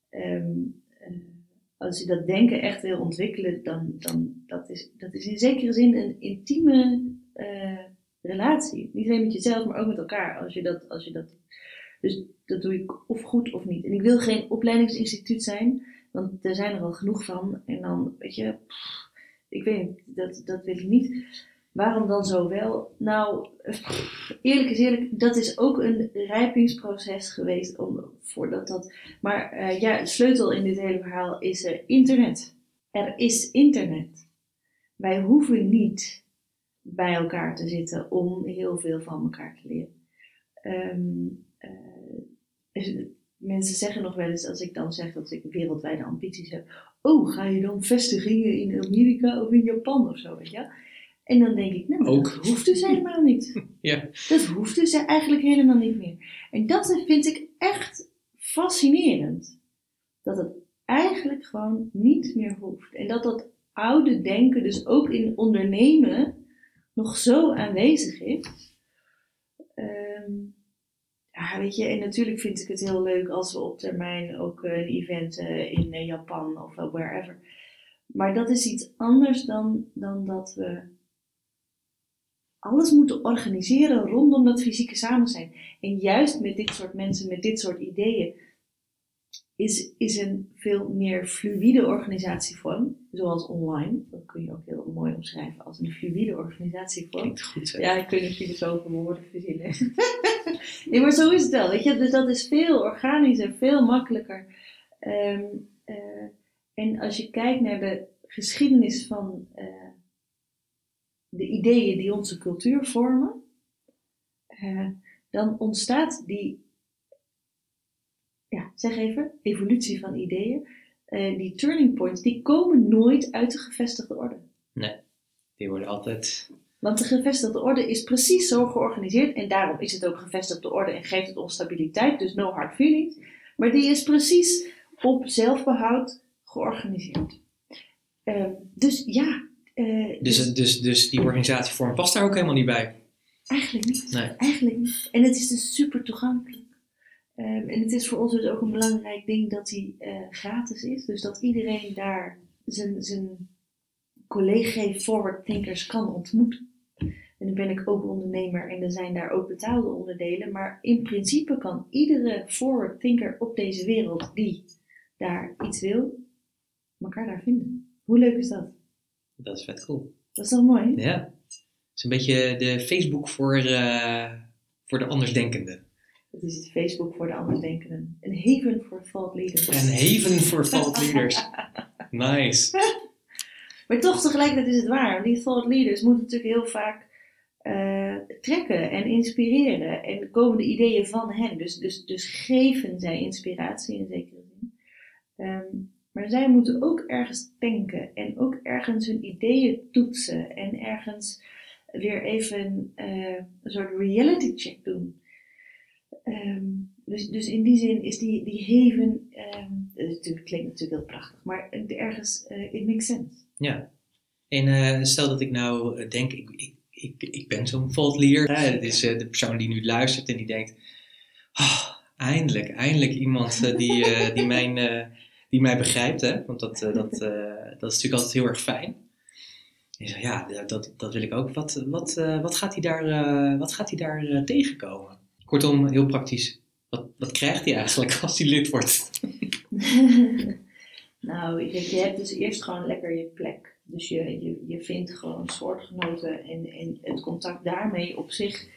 als je dat denken echt wil ontwikkelen, dan dat is in zekere zin een intieme relatie. Niet alleen met jezelf, maar ook met elkaar. Als je dat, dus dat doe ik of goed of niet. En ik wil geen opleidingsinstituut zijn, want er zijn er al genoeg van. En dan, weet je, ik weet niet, dat wil ik niet. Waarom dan zo wel? Nou, eerlijk is eerlijk, dat is ook een rijpingsproces geweest voordat dat... Maar de sleutel in dit hele verhaal is internet. Er is internet. Wij hoeven niet bij elkaar te zitten om heel veel van elkaar te leren. Mensen zeggen nog wel eens, als ik dan zeg dat ik wereldwijde ambities heb, oh, ga je dan vestigingen in Amerika of in Japan of zo, weet je? En dan denk ik, nou, dat hoeft dus helemaal niet. Ja. Dat hoeft dus eigenlijk helemaal niet meer. En dat vind ik echt fascinerend. Dat het eigenlijk gewoon niet meer hoeft. En dat oude denken dus ook in ondernemen nog zo aanwezig is. Ja, weet je, en natuurlijk vind ik het heel leuk als we op termijn ook een event in Japan of wherever. Maar dat is iets anders dan dat we alles moeten organiseren rondom dat fysieke samen zijn. En juist met dit soort mensen, met dit soort ideeën, is een veel meer fluïde organisatievorm, zoals online. Dat kun je ook heel mooi omschrijven als een fluïde organisatievorm. Klinkt goed, hè? Ja, ik kun een filosofen woorden verzinnen. Nee, maar zo is het wel, weet je. Dus dat is veel organischer, veel makkelijker. En als je kijkt naar de geschiedenis van de ideeën die onze cultuur vormen, dan ontstaat die, zeg even, evolutie van ideeën. Die turning points, die komen nooit uit de gevestigde orde. Nee, die worden altijd... Want de gevestigde orde is precies zo georganiseerd. En daarom is het ook gevestigde orde en geeft het ons stabiliteit. Dus no hard feelings. Maar die is precies op zelfbehoud georganiseerd. Dus die organisatievorm past daar ook helemaal niet bij? Eigenlijk niet. Nee. Eigenlijk niet. En het is dus super toegankelijk. En het is voor ons dus ook een belangrijk ding dat die gratis is. Dus dat iedereen daar zijn collega forward thinkers kan ontmoeten. En dan ben ik ook ondernemer en er zijn daar ook betaalde onderdelen. Maar in principe kan iedere forward thinker op deze wereld die daar iets wil, elkaar daar vinden. Hoe leuk is dat? Dat is vet cool. Dat is toch mooi? Ja. Het is een beetje de Facebook voor de andersdenkenden. Het is het Facebook voor de andersdenkenden. Een haven voor thought leaders. Een haven voor thought leaders. Nice. Maar toch tegelijkertijd is het waar. Die thought leaders moeten natuurlijk heel vaak trekken en inspireren. En komen de ideeën van hen. Dus geven zij inspiratie in zekere zin. Maar zij moeten ook ergens denken. En ook ergens hun ideeën toetsen. En ergens weer even een soort reality check doen. Dus in die zin is die haven, het klinkt natuurlijk heel prachtig, maar ergens, it makes sense. Ja, en stel dat ik nou denk, ik ben zo'n thought leader. Het is de persoon die nu luistert en die denkt, eindelijk iemand die mij begrijpt. Hè? Want dat is natuurlijk altijd heel erg fijn. En je zegt, ja, dat wil ik ook. Wat gaat hij daar tegenkomen? Kortom, heel praktisch. Wat krijgt hij eigenlijk als hij lid wordt? Nou, je hebt dus eerst gewoon lekker je plek. Dus je vindt gewoon soortgenoten en het contact daarmee op zich.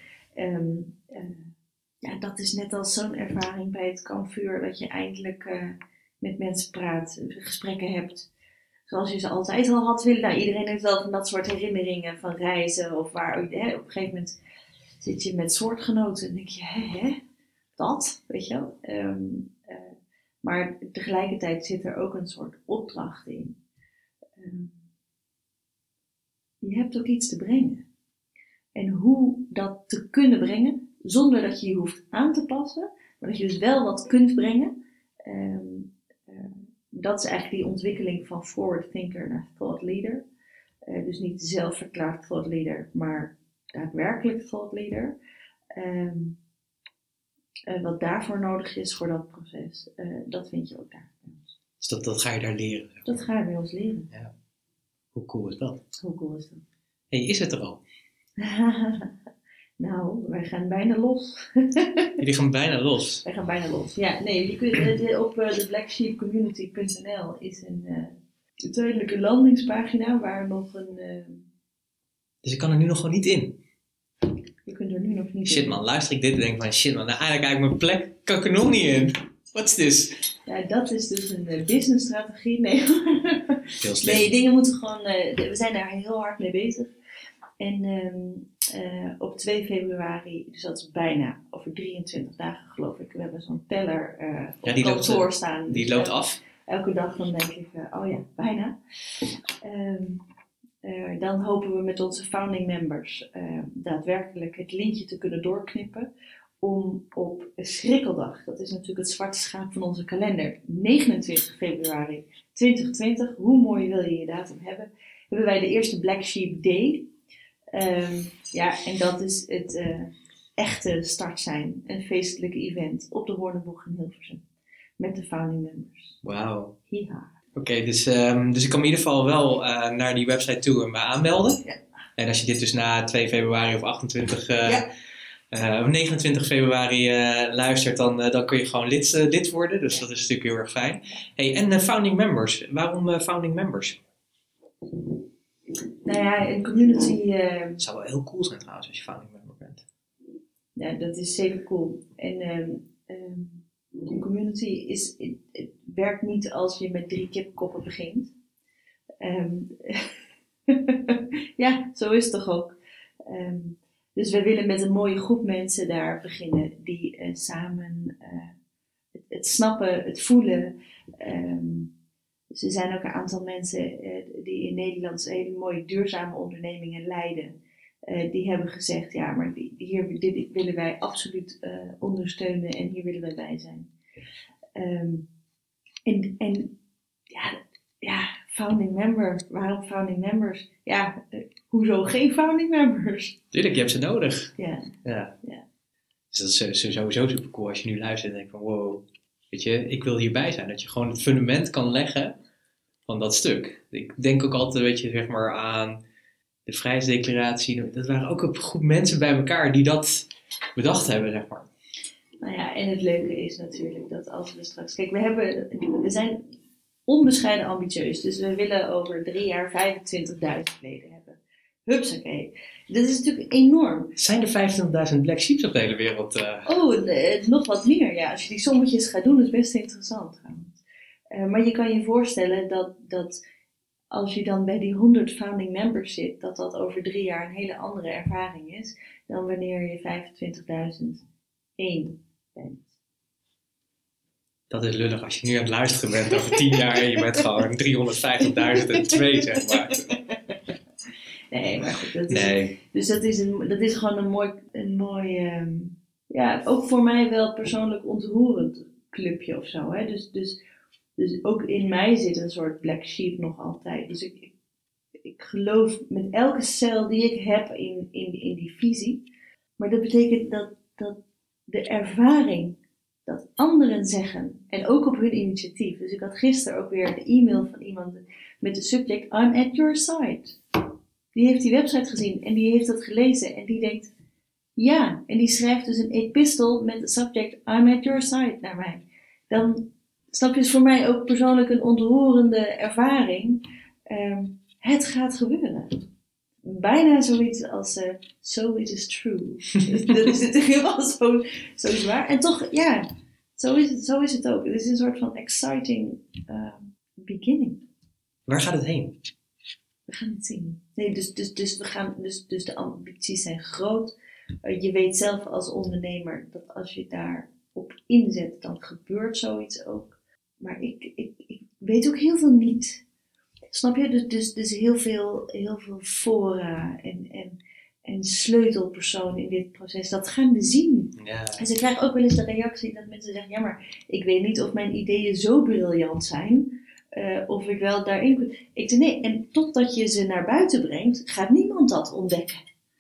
Dat is net als zo'n ervaring bij het kampvuur. Dat je eindelijk met mensen praat, gesprekken hebt. Zoals je ze altijd al had willen. Nou, iedereen heeft wel van dat soort herinneringen van reizen. Of waar op een gegeven moment zit je met soortgenoten en denk je, hè? Dat? Weet je wel? Maar tegelijkertijd zit er ook een soort opdracht in. Je hebt ook iets te brengen. En hoe dat te kunnen brengen, zonder dat je je hoeft aan te passen, maar dat je dus wel wat kunt brengen. Dat is eigenlijk die ontwikkeling van forward thinker naar thought leader. Dus niet zelfverklaard thought leader, maar daadwerkelijk thought leader. Wat daarvoor nodig is voor dat proces, dat vind je ook daar. Dus dat ga je daar leren? Zeg maar. Dat ga je bij ons leren. Ja. Hoe cool is dat? Hoe cool is dat? Hey, is het er al? Nou, wij gaan bijna los. Jullie gaan bijna los? Wij gaan bijna los. Ja, nee, je kunt, op de blacksheepcommunity.nl is een tijdelijke landingspagina waar nog een... Dus ik kan er nu nog gewoon niet in? Je kunt er nu nog niet Shit man, luister ik dit en denk van shit man, nou eigenlijk mijn plek kan ik er nog niet in. Wat is dit? Ja, dat is dus een businessstrategie. Nee, heel slim. Nee, dingen moeten gewoon... we zijn daar heel hard mee bezig. En op 2 februari, dus dat is bijna over 23 dagen geloof ik. We hebben zo'n teller op kantoor staan. Die loopt af. Elke dag dan denk ik, bijna. Dan hopen we met onze founding members daadwerkelijk het lintje te kunnen doorknippen. Om op schrikkeldag, dat is natuurlijk het zwarte schaap van onze kalender, 29 februari 2020, hoe mooi wil je datum hebben, hebben wij de eerste Black Sheep Day. En dat is het echte startsein, een feestelijke event op de Hoornenboeg in Hilversum. Met de founding members. Wauw. Hiha. Oké, dus ik kan in ieder geval wel naar die website toe en me aanmelden. Ja. En als je dit dus na 2 februari of 28 of 29 februari luistert, dan kun je gewoon lid worden. Dus dat is natuurlijk heel erg fijn. Hey, en founding members. Waarom founding members? Nou ja, een community... Het zou wel heel cool zijn trouwens als je founding member bent. Ja, dat is zeker cool. En een community het werkt niet als je met 3 kipkoppen begint. Ja, zo is het toch ook. Dus we willen met een mooie groep mensen daar beginnen die samen het snappen, het voelen. Dus er zijn ook een aantal mensen die in Nederland hele mooie duurzame ondernemingen leiden. Die hebben gezegd, ja, maar dit willen wij absoluut ondersteunen en hier willen wij bij zijn. En ja, founding member. Waarom founding members? Ja, hoezo geen founding members? Tuurlijk, je hebt ze nodig. Ja. Dus dat is sowieso super cool als je nu luistert en denkt van wow, weet je, ik wil hierbij zijn. Dat je gewoon het fundament kan leggen van dat stuk. Ik denk ook altijd, weet je, zeg maar aan de Vrijheidsdeclaratie. Dat waren ook een groep mensen bij elkaar die dat bedacht hebben, zeg maar. Nou ja, en het leuke is natuurlijk dat als we straks... Kijk, we zijn onbescheiden ambitieus. Dus we willen over 3 jaar 25.000 leden hebben. Hupsakee. Dat is natuurlijk enorm. Zijn er 25.000 Black Sheeps op de hele wereld? Nog wat meer. Ja, als je die sommetjes gaat doen, is best interessant trouwens. Maar je kan je voorstellen dat als je dan bij die 100 founding members zit, dat over 3 jaar een hele andere ervaring is dan wanneer je 25.001 bent. Dat is lullig als je nu aan het luisteren bent over 10 jaar en je bent gewoon 350.002, zeg maar. Nee, maar goed. Dus dat is gewoon een mooi ook voor mij wel persoonlijk ontroerend clubje of zo. Hè? Dus ook in mij zit een soort black sheep nog altijd. Dus ik geloof met elke cel die ik heb in die visie. Maar dat betekent dat de ervaring dat anderen zeggen, en ook op hun initiatief. Dus ik had gisteren ook weer de e-mail van iemand met de subject I'm at your side. Die heeft die website gezien en die heeft dat gelezen en die denkt, ja, en die schrijft dus een epistel met de subject I'm at your side naar mij. Dan, snap je, is voor mij ook persoonlijk een ontroerende ervaring. Het gaat gebeuren. Bijna zoiets als so it is true. Dat is natuurlijk helemaal zo zwaar. En toch, ja, zo is het ook. Het is een soort van exciting beginning. Waar gaat het heen? We gaan het zien. Nee, dus de ambities zijn groot. Je weet zelf als ondernemer dat als je daarop inzet, dan gebeurt zoiets ook. Maar ik weet ook heel veel niet. Snap je? Dus heel veel fora en sleutelpersonen in dit proces. Dat gaan we zien. Ja. En ze krijgen ook wel eens de reactie dat mensen zeggen, ja, maar ik weet niet of mijn ideeën zo briljant zijn. Of ik wel daarin kan. Ik zeg nee, en totdat je ze naar buiten brengt, gaat niemand dat ontdekken.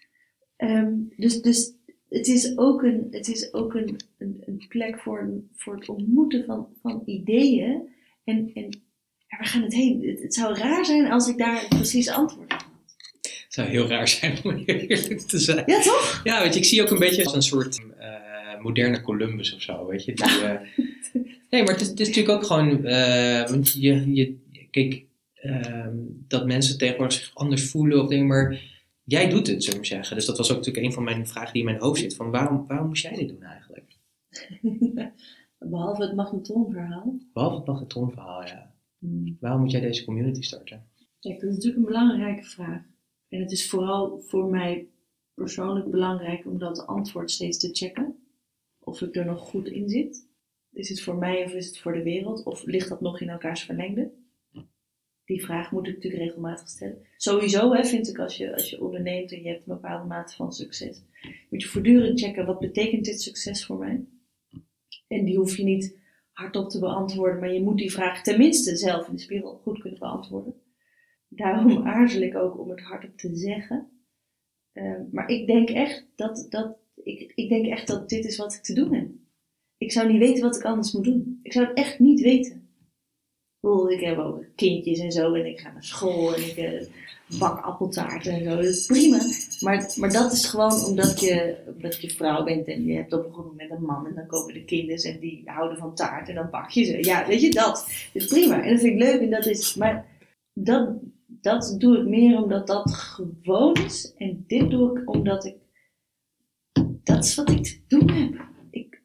Dus het is ook een plek voor het ontmoeten van ideeën. En waar gaan het heen? Het zou raar zijn als ik daar precies antwoord op had. Het zou heel raar zijn om eerlijk te zijn. Ja, toch? Ja, weet je, ik zie ook een beetje als een soort moderne Columbus of zo, weet je. Nee, maar het is natuurlijk ook gewoon, want kijk, dat mensen tegenwoordig zich anders voelen of dingen, maar jij doet het, zullen we zeggen. Dus dat was ook natuurlijk een van mijn vragen die in mijn hoofd zit, van waarom moest jij dit doen eigenlijk? Behalve het magnetronverhaal. Behalve het magnetronverhaal, ja. Waarom moet jij deze community starten? Kijk, dat is natuurlijk een belangrijke vraag. En het is vooral voor mij persoonlijk belangrijk om dat antwoord steeds te checken. Of ik er nog goed in zit. Is het voor mij of is het voor de wereld? Of ligt dat nog in elkaars verlengde? Die vraag moet ik natuurlijk regelmatig stellen. Sowieso vind ik als je onderneemt en je hebt een bepaalde mate van succes. Moet je voortdurend checken, wat betekent dit succes voor mij? En die hoef je niet hardop te beantwoorden. Maar je moet die vraag tenminste zelf in de spiegel goed kunnen beantwoorden. Daarom aarzel ik ook om het hardop te zeggen. Maar ik denk echt dat dit is wat ik te doen heb. Ik zou niet weten wat ik anders moet doen. Ik zou het echt niet weten. Ik heb ook kindjes en zo en ik ga naar school en ik bak appeltaarten en zo. Dat is prima. Maar dat is gewoon omdat je vrouw bent en je hebt opgegroeid met een man en dan komen de kinderen en die houden van taart en dan bak je ze. Ja, weet je, dat is prima. En dat vind ik leuk en dat is, maar dat doe ik meer omdat dat gewoon is en dit doe ik omdat dat is wat ik te doen heb. Ik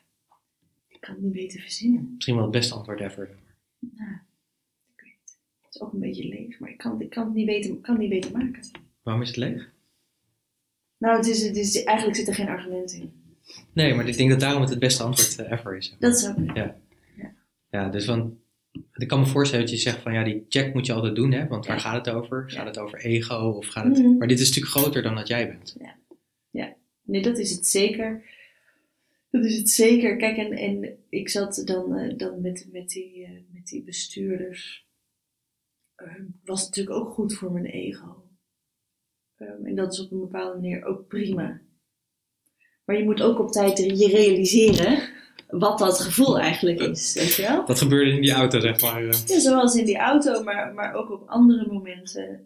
kan het niet beter verzinnen. Misschien wel het beste antwoord ever. Nou, ik weet het. is ook een beetje leeg, maar ik kan het niet beter maken. Waarom is het leeg? Nou, eigenlijk zit er geen argument in. Nee, maar ik denk dat daarom het beste antwoord ever is. Zeg maar. Dat is ook. Ja, dus ik kan me voorstellen dat je zegt van ja, die check moet je altijd doen, hè? Want waar gaat het over? Gaat het over ego of gaat het... Maar dit is natuurlijk groter dan dat jij bent. Ja. Nee, dat is het zeker. Dat is het zeker. Kijk, en ik zat dan met die bestuurders. Was natuurlijk ook goed voor mijn ego. En dat is op een bepaalde manier ook prima. Maar je moet ook op tijd je realiseren wat dat gevoel eigenlijk is, weet je wel? Dat gebeurde in die auto, zeg maar. Ja, zoals in die auto, maar ook op andere momenten.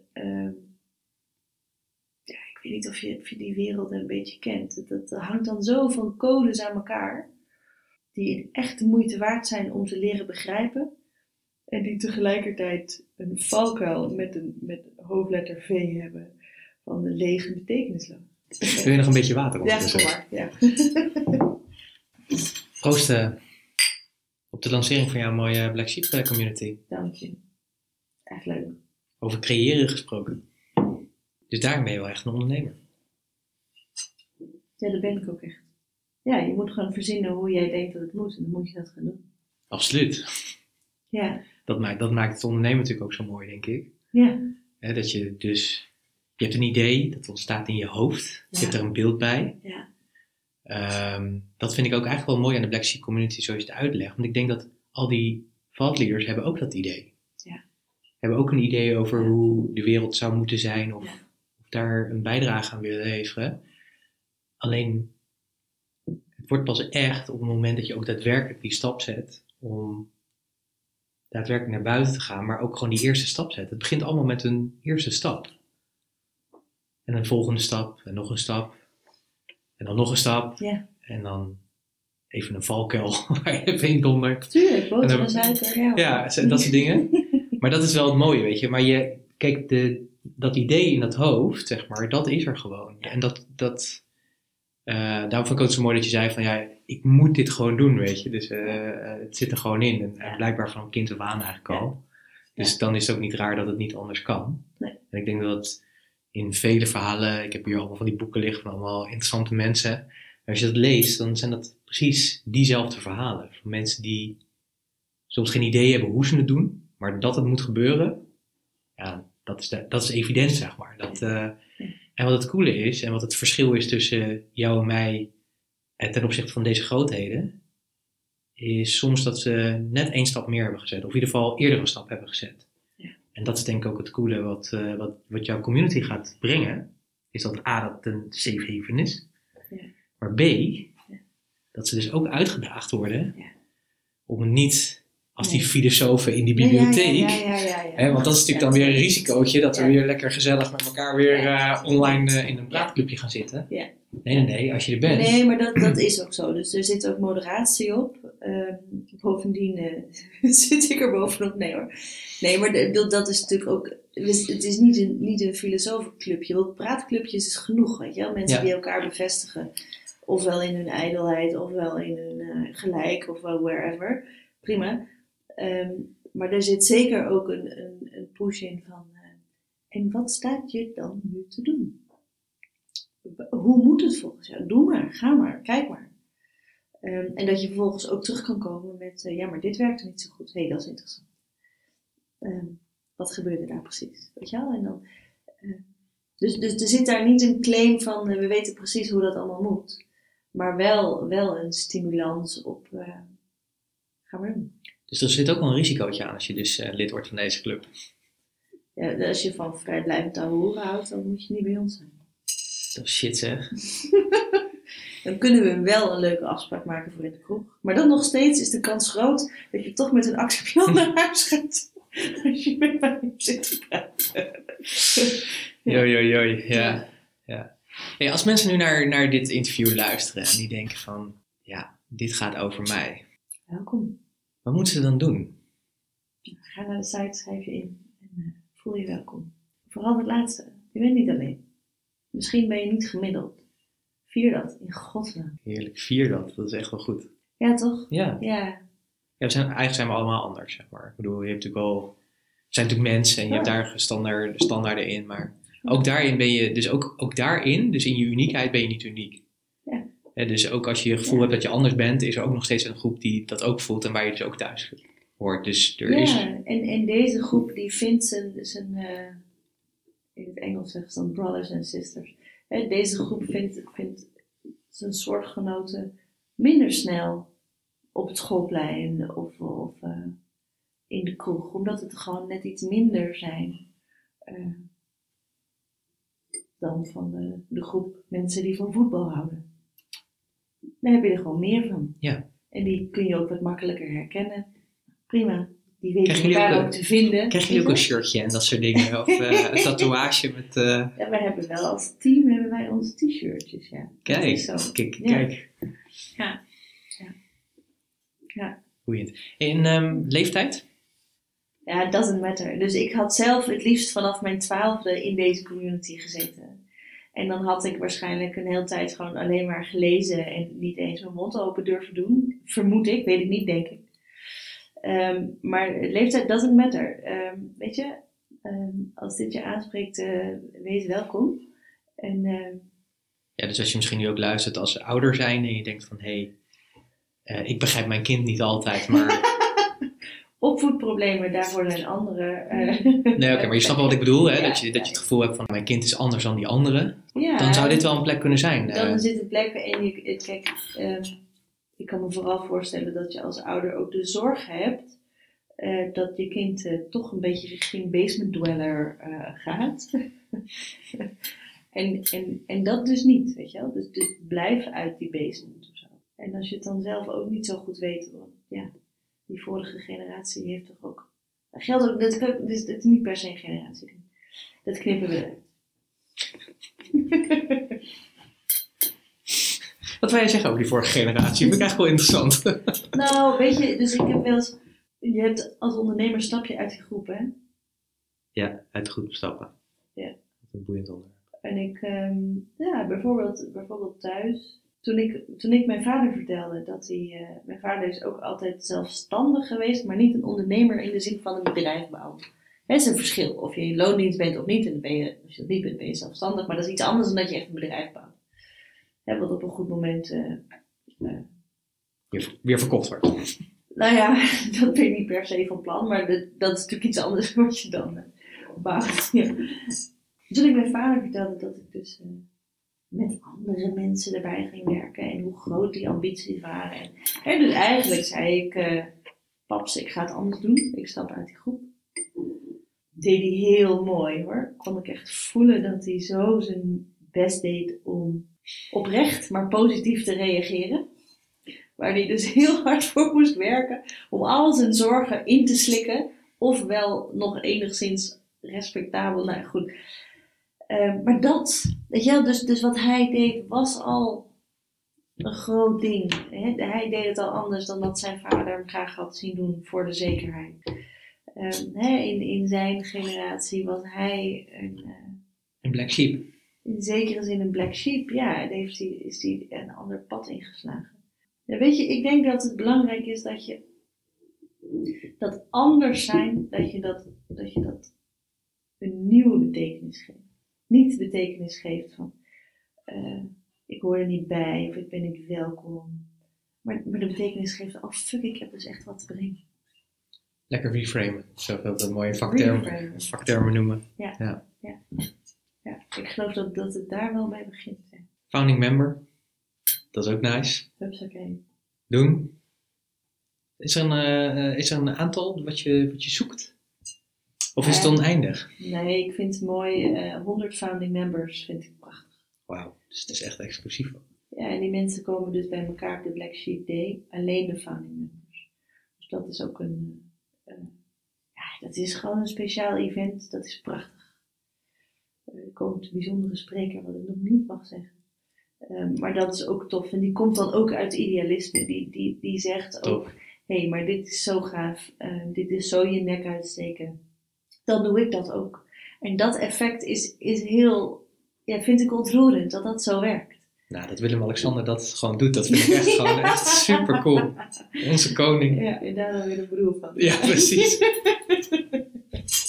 Ik weet niet of je die wereld een beetje kent. Dat hangt dan zo van codes aan elkaar. Die echt de moeite waard zijn om te leren begrijpen. En die tegelijkertijd een valkuil met hoofdletter V hebben. Van de lege betekenisloos. Wil je nog een beetje water Ja, ondertussen? kom maar. Ja. Proost op de lancering van jouw mooie Black Sheep community. Dank je. Echt leuk. Over creëren gesproken. Dus daarom ben je wel echt een ondernemer. Ja, dat ben ik ook echt. Ja, je moet gewoon verzinnen hoe jij denkt dat het moet. En dan moet je dat gaan doen. Absoluut. Ja. Dat maakt het ondernemen natuurlijk ook zo mooi, denk ik. Ja. Dat je dus... Je hebt een idee, dat ontstaat in je hoofd. Je hebt er een beeld bij. Ja. Dat vind ik ook eigenlijk wel mooi aan de Black Sheep community zoals je het uitlegt. Want ik denk dat al die thought leaders hebben ook dat idee. Ja. Hebben ook een idee over hoe de wereld zou moeten zijn. Of daar een bijdrage aan willen leveren. Alleen, het wordt pas echt op het moment dat je ook daadwerkelijk die stap zet. Om daadwerkelijk naar buiten te gaan. Maar ook gewoon die eerste stap zet. Het begint allemaal met een eerste stap. En een volgende stap. En nog een stap. En dan nog een stap. Ja. En dan even een valkuil waar je even in dondert. Tuurlijk, boter en suiker. Ja, dat soort dingen. Maar dat is wel het mooie, weet je. Maar kijk, dat idee in dat hoofd, zeg maar, dat is er gewoon. Ja. En daarom vond ik het zo mooi dat je zei van, ja, ik moet dit gewoon doen, weet je. Dus het zit er gewoon in. En blijkbaar van kind af aan eigenlijk al. Dus dan is het ook niet raar dat het niet anders kan. Nee. En ik denk dat in vele verhalen, ik heb hier allemaal van die boeken liggen van allemaal interessante mensen. Als je dat leest, dan zijn dat precies diezelfde verhalen. Van mensen die soms geen idee hebben hoe ze het doen, maar dat het moet gebeuren, ja, dat is evident, zeg maar. En wat het coole is, en wat het verschil is tussen jou en mij ten opzichte van deze grootheden, is soms dat ze net 1 stap meer hebben gezet. Of in ieder geval eerder een stap hebben gezet. Ja. En dat is denk ik ook het coole wat jouw community gaat brengen. Is dat A, dat het een safe haven is. Ja. Maar B, dat ze dus ook uitgedaagd worden om niet als die filosofen in die bibliotheek. Ja. Want dat is natuurlijk dan weer een risicootje dat we weer lekker gezellig met elkaar weer online in een praatclubje gaan zitten. Ja. Nee, als je er bent. Nee, maar dat is ook zo. Dus er zit ook moderatie op. Bovendien zit ik er bovenop. Nee hoor. Nee, maar dat is natuurlijk ook... Het is niet een filosofenclubje. Want praatclubjes is genoeg, weet je wel. Mensen die elkaar bevestigen. Ofwel in hun ijdelheid, ofwel in hun gelijk, ofwel wherever. Prima. Maar er zit zeker ook een push in van... en wat staat je dan nu te doen? Hoe moet het volgens jou? Doe maar, ga maar, kijk maar. En dat je vervolgens ook terug kan komen met... ja, maar dit werkt niet zo goed. Hé, dat is interessant. Wat gebeurde daar precies? Weet je wel? En dan, dus er zit daar niet een claim van... we weten precies hoe dat allemaal moet. Maar wel een stimulans op... ga maar doen. Dus er zit ook wel een risicootje aan als je dus lid wordt van deze club. Ja, als je van vrijblijvend ouwe hoeren houdt, dan moet je niet bij ons zijn. Dat is shit zeg. Dan kunnen we wel een leuke afspraak maken voor in de kroeg. Maar dan nog steeds is de kans groot dat je toch met een acceptje naar huis gaat. Als je met mij zit te praten. Ja. Hey, als mensen nu naar dit interview luisteren en die denken van... Ja, dit gaat over mij. Welkom. Wat moeten ze dan doen? Ga naar de site, schrijf je in en voel je welkom. Vooral het laatste. Je bent niet alleen. Misschien ben je niet gemiddeld. Vier dat, in godsnaam. Heerlijk, vier dat. Dat is echt wel goed. Ja, toch? Ja. Ja. Eigenlijk zijn we allemaal anders, zeg maar. Ik bedoel, je hebt natuurlijk al zijn natuurlijk mensen en je hebt daar standaarden in. Maar ook daarin ben je, dus ook daarin, dus in je uniekheid ben je niet uniek. Ja. Dus ook als je het gevoel hebt dat je anders bent, is er ook nog steeds een groep die dat ook voelt en waar je dus ook thuis hoort. Dus en deze groep die vindt zijn in het Engels zeggen ze dan brothers en sisters. Deze groep vindt zijn soortgenoten minder snel op het schoolplein of in de kroeg, omdat het gewoon net iets minder zijn dan van de groep mensen die van voetbal houden. Daar heb je er gewoon meer van. Ja. En die kun je ook wat makkelijker herkennen. Prima. Die weten elkaar ook te vinden. Krijg je ook een shirtje en dat soort dingen? Of een tatoeage met... Ja, wij hebben wel als team onze t-shirtjes, ja. Kijk. Ja. Boeiend. In leeftijd? Ja, it doesn't matter. Dus ik had zelf het liefst vanaf mijn 12e in deze community gezeten. En dan had ik waarschijnlijk een hele tijd gewoon alleen maar gelezen en niet eens mijn mond open durven doen. Vermoed ik, weet ik niet, denk ik. Maar leeftijd doesn't matter. Weet je, als dit je aanspreekt, wees welkom. En, ja, dus als je misschien nu ook luistert als ouder zijn en je denkt van ik begrijp mijn kind niet altijd, maar... Opvoedproblemen, daarvoor zijn andere... Nee, oké, maar je snapt wel wat ik bedoel, hè? Ja, dat je het gevoel hebt van mijn kind is anders dan die andere. Ja, dan zou dit wel een plek kunnen zijn. Dan zit een plek en ik kan me vooral voorstellen dat je als ouder ook de zorg hebt dat je kind toch een beetje richting basement dweller gaat. en dat dus niet, weet je wel. Dus blijf uit die basement of zo. En als je het dan zelf ook niet zo goed weet, ja, die vorige generatie die heeft toch ook... Dat geldt ook, dat is niet per se een generatieding. Dat knippen we eruit. Wat wil jij zeggen over die vorige generatie? Dat vind ik echt wel interessant. Nou, weet je, dus ik heb wel eens... Je hebt als ondernemer stap je uit die groep, hè? Ja, uit de groep stappen. Ja. Dat is een boeiend onderwerp. En ik, bijvoorbeeld thuis... Toen ik mijn vader vertelde dat hij... mijn vader is ook altijd zelfstandig geweest, maar niet een ondernemer in de zin van een bedrijf bouwen. Het is een verschil of je in loondienst bent of niet. En dan ben je, als je dat niet bent, ben je zelfstandig. Maar dat is iets anders dan dat je echt een bedrijf bouwt. Wat op een goed moment... weer verkocht wordt. Nou ja, dat ben ik niet per se van plan. Maar dat is natuurlijk iets anders wat je dan bouwt. Ja. Toen ik mijn vader vertelde dat ik dus... met andere mensen erbij ging werken en hoe groot die ambities waren. En dus eigenlijk zei ik, paps, ik ga het anders doen. Ik stap uit die groep. Deed hij heel mooi hoor. Kon ik echt voelen dat hij zo zijn best deed om oprecht, maar positief te reageren. Waar hij dus heel hard voor moest werken om al zijn zorgen in te slikken. Ofwel nog enigszins respectabel, nou goed... maar dat, weet je wel, dus wat hij deed was al een groot ding. Hè? Hij deed het al anders dan dat zijn vader hem graag had zien doen voor de zekerheid. In zijn generatie was hij een black sheep. In zekere zin een black sheep, ja, is hij een ander pad ingeslagen. Ja, weet je, ik denk dat het belangrijk is dat je dat anders zijn, dat je dat een nieuwe betekenis geeft. Niet de betekenis geeft van ik hoor er niet bij of ik ben niet welkom. Maar de betekenis geeft, oh fuck, ik heb dus echt wat te brengen. Lekker reframen. Zo dat een mooie vaktermen noemen. Ja, ik geloof dat het daar wel bij begint. Hè. Founding member. Dat is ook nice. Hupsakee. Doen. Is er een aantal wat je zoekt? Of is het oneindig? Nee, ik vind het mooi. 100 founding members vind ik prachtig. Wauw, dus het is echt exclusief. Ja, en die mensen komen dus bij elkaar op de Black Sheep Day. Alleen de founding members. Dus dat is ook dat is gewoon een speciaal event. Dat is prachtig. Er komt een bijzondere spreker, wat ik nog niet mag zeggen. Maar dat is ook tof. En die komt dan ook uit idealisme. Die zegt ook, hé, maar dit is zo gaaf. Dit is zo je nek uitsteken. Dan doe ik dat ook. En dat effect is heel, vind ik ontroerend dat dat zo werkt. Nou, dat Willem-Alexander dat gewoon doet, dat vind ik echt gewoon echt super cool. Onze koning. Ja, en daar dan weer een broer van. Ja, precies.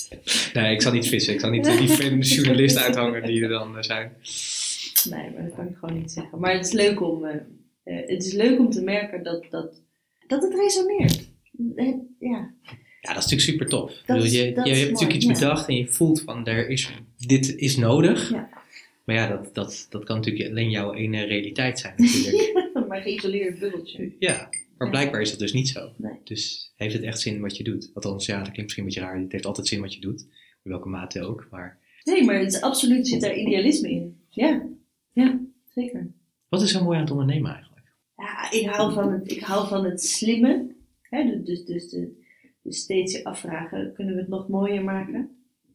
Nee, ik zal niet vissen. Ik zal niet die vervelende journalist uithangen die er dan zijn. Nee, maar dat kan ik gewoon niet zeggen. Maar het is leuk om te merken dat het resoneert. Ja. Ja, dat is natuurlijk super tof. Je hebt natuurlijk iets bedacht en je voelt van dit is nodig. Ja. Maar ja, dat kan natuurlijk alleen jouw ene realiteit zijn natuurlijk. Maar geïsoleerd bubbeltje. Ja, maar blijkbaar is dat dus niet zo. Nee. Dus heeft het echt zin wat je doet? Althans, ja, dat klinkt misschien een beetje raar. Het heeft altijd zin wat je doet. In welke mate ook. Nee, maar het is absoluut zit daar idealisme in. Ja, zeker. Wat is zo mooi aan het ondernemen eigenlijk? Ja, ik hou van het slimme. Hè? Dus steeds je afvragen, kunnen we het nog mooier maken?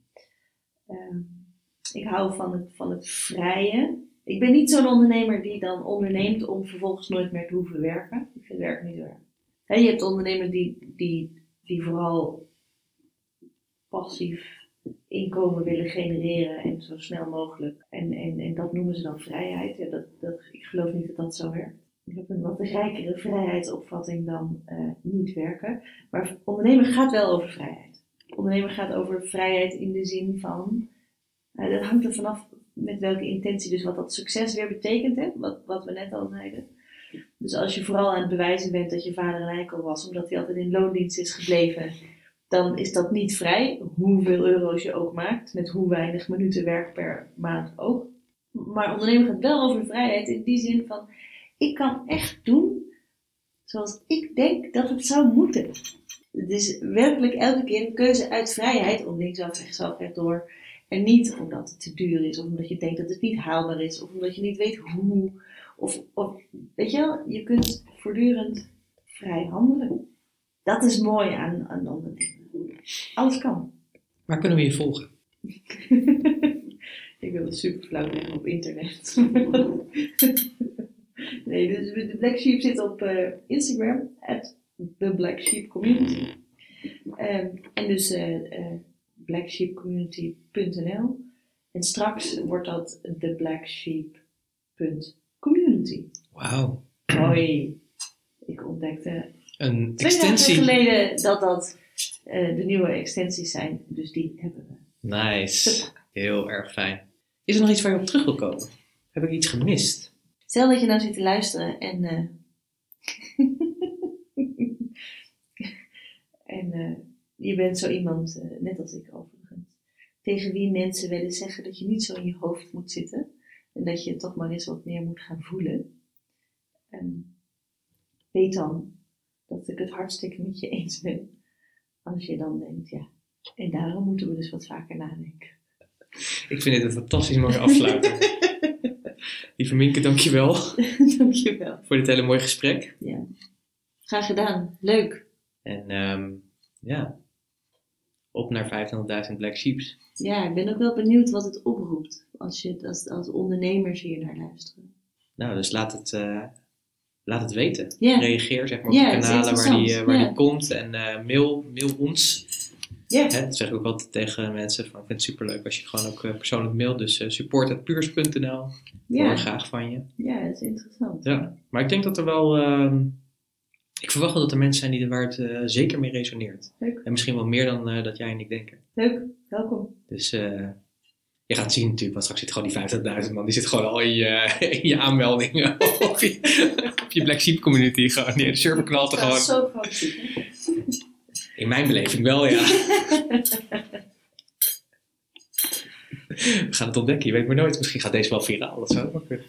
Ik hou van het vrije. Ik ben niet zo'n ondernemer die dan onderneemt om vervolgens nooit meer te hoeven werken. Ik vind werk niet werk. Je hebt ondernemers die vooral passief inkomen willen genereren en zo snel mogelijk. En dat noemen ze dan vrijheid. Ja, ik geloof niet dat dat zo werkt. Ik heb een wat rijkere vrijheidsopvatting dan niet werken. Maar ondernemen gaat wel over vrijheid. Ondernemen gaat over vrijheid in de zin van... dat hangt er vanaf met welke intentie, dus wat dat succes weer betekent, hè? Wat we net al zeiden. Dus als je vooral aan het bewijzen bent dat je vader een eikel was, omdat hij altijd in loondienst is gebleven, dan is dat niet vrij, hoeveel euro's je ook maakt, met hoe weinig minuten werk per maand ook. Maar ondernemen gaat wel over vrijheid in die zin van, ik kan echt doen zoals ik denk dat het zou moeten. Het is werkelijk elke keer een keuze uit vrijheid, om linksaf, rechtsaf, rechtdoor. En niet omdat het te duur is, of omdat je denkt dat het niet haalbaar is, of omdat je niet weet hoe. Of weet je wel, je kunt voortdurend vrij handelen. Dat is mooi aan ondernemen. Alles kan. Waar kunnen we je volgen? Ik wil het super flauw zeggen op internet. Nee, dus de Black Sheep zit op Instagram, @TheBlackSheepCommunity. En dus blacksheepcommunity.nl. En straks wordt dat theblacksheep.community. Wauw. Hoi. Ik ontdekte Een 2 extensie. dagen geleden dat de nieuwe extensies zijn. Dus die hebben we. Nice. Heel erg fijn. Is er nog iets waar je op terug wil komen? Heb ik iets gemist? Stel dat je nou zit te luisteren en je bent zo iemand, net als ik overigens, tegen wie mensen willen zeggen dat je niet zo in je hoofd moet zitten en dat je toch maar eens wat meer moet gaan voelen. Weet dan dat ik het hartstikke met je eens ben als je dan denkt, ja, en daarom moeten we dus wat vaker nadenken. Ik vind dit een fantastisch mooie afsluiter. Lieve Mienke, dankjewel. Dankjewel. Voor dit hele mooie gesprek. Ja. Graag gedaan. Leuk. En op naar 25.000 Black Sheeps. Ja, ik ben ook wel benieuwd wat het oproept als ondernemers hier naar luisteren. Nou, dus laat het weten. Ja. Reageer zeg maar op Ja, de het is kanalen waar interessant. die komt. En mail ons. Ja. Dat zeg ik ook altijd tegen mensen. Van, ik vind het superleuk als je gewoon ook persoonlijk mailt. Dus support@puurs.nl. Ja. Hoor graag van je. Ja, dat is interessant. Ja, maar ik denk dat er wel... ik verwacht wel dat er mensen zijn waar het zeker mee resoneert. Leuk. En misschien wel meer dan dat jij en ik denken. Leuk. Welkom. Dus je gaat zien natuurlijk, want straks zit gewoon die 50.000 man. Die zit gewoon al in je aanmeldingen op je Black Sheep community. Gewoon, de server knalt er Dat gewoon. is zo groot. In mijn beleving wel, ja. We gaan het ontdekken, je weet maar nooit. Misschien gaat deze wel viraal, dat zou ook wel kunnen.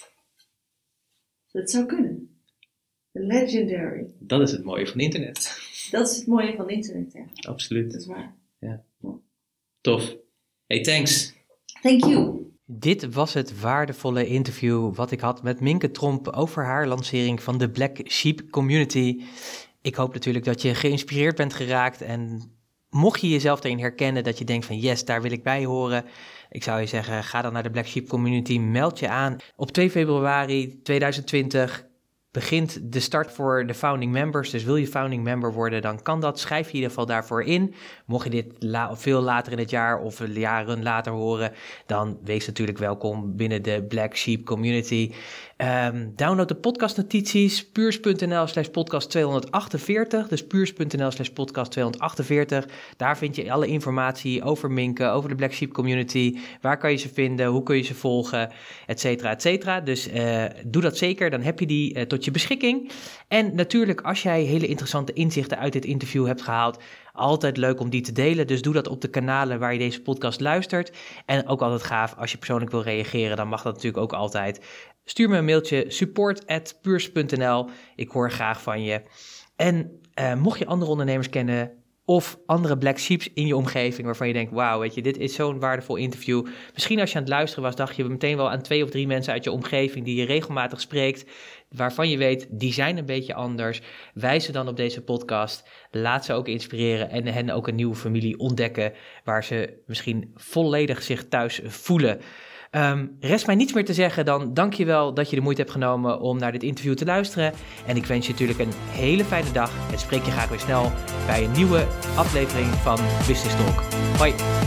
Dat zou kunnen. Legendary. Dat is het mooie van internet. Dat is het mooie van internet, ja. Dat Absoluut. is waar. Tof. Hey, thanks. Thank you. Dit was het waardevolle interview wat ik had met Mienke Tromp over haar lancering van de Black Sheep Community. Ik hoop natuurlijk dat je geïnspireerd bent geraakt en mocht je jezelf erin herkennen dat je denkt van yes, daar wil ik bij horen. Ik zou je zeggen, ga dan naar de Black Sheep Community, meld je aan. Op 2 februari 2020 begint de start voor de founding members. Dus wil je founding member worden, dan kan dat. Schrijf je in ieder geval daarvoor in. Mocht je dit veel later in het jaar of jaren later horen, dan wees natuurlijk welkom binnen de Black Sheep Community. Download de podcastnotities, puurs.nl/podcast 248. Dus puurs.nl/podcast 248. Daar vind je alle informatie over Minke, over de Black Sheep Community. Waar kan je ze vinden, hoe kun je ze volgen, et cetera, et cetera. Dus doe dat zeker, dan heb je die tot je beschikking. En natuurlijk, als jij hele interessante inzichten uit dit interview hebt gehaald, altijd leuk om die te delen. Dus doe dat op de kanalen waar je deze podcast luistert. En ook altijd gaaf, als je persoonlijk wil reageren, dan mag dat natuurlijk ook altijd. Stuur me een mailtje, support@puurs.nl. Ik hoor graag van je. En mocht je andere ondernemers kennen of andere Black Sheeps in je omgeving waarvan je denkt, wauw, weet je, dit is zo'n waardevol interview. Misschien als je aan het luisteren was, dacht je meteen wel aan 2 of 3 mensen uit je omgeving die je regelmatig spreekt, waarvan je weet, die zijn een beetje anders. Wijs ze dan op deze podcast. Laat ze ook inspireren en hen ook een nieuwe familie ontdekken waar ze misschien volledig zich thuis voelen. Rest mij niets meer te zeggen dan dankjewel dat je de moeite hebt genomen om naar dit interview te luisteren. En ik wens je natuurlijk een hele fijne dag en spreek je graag weer snel bij een nieuwe aflevering van Business Talk. Hoi!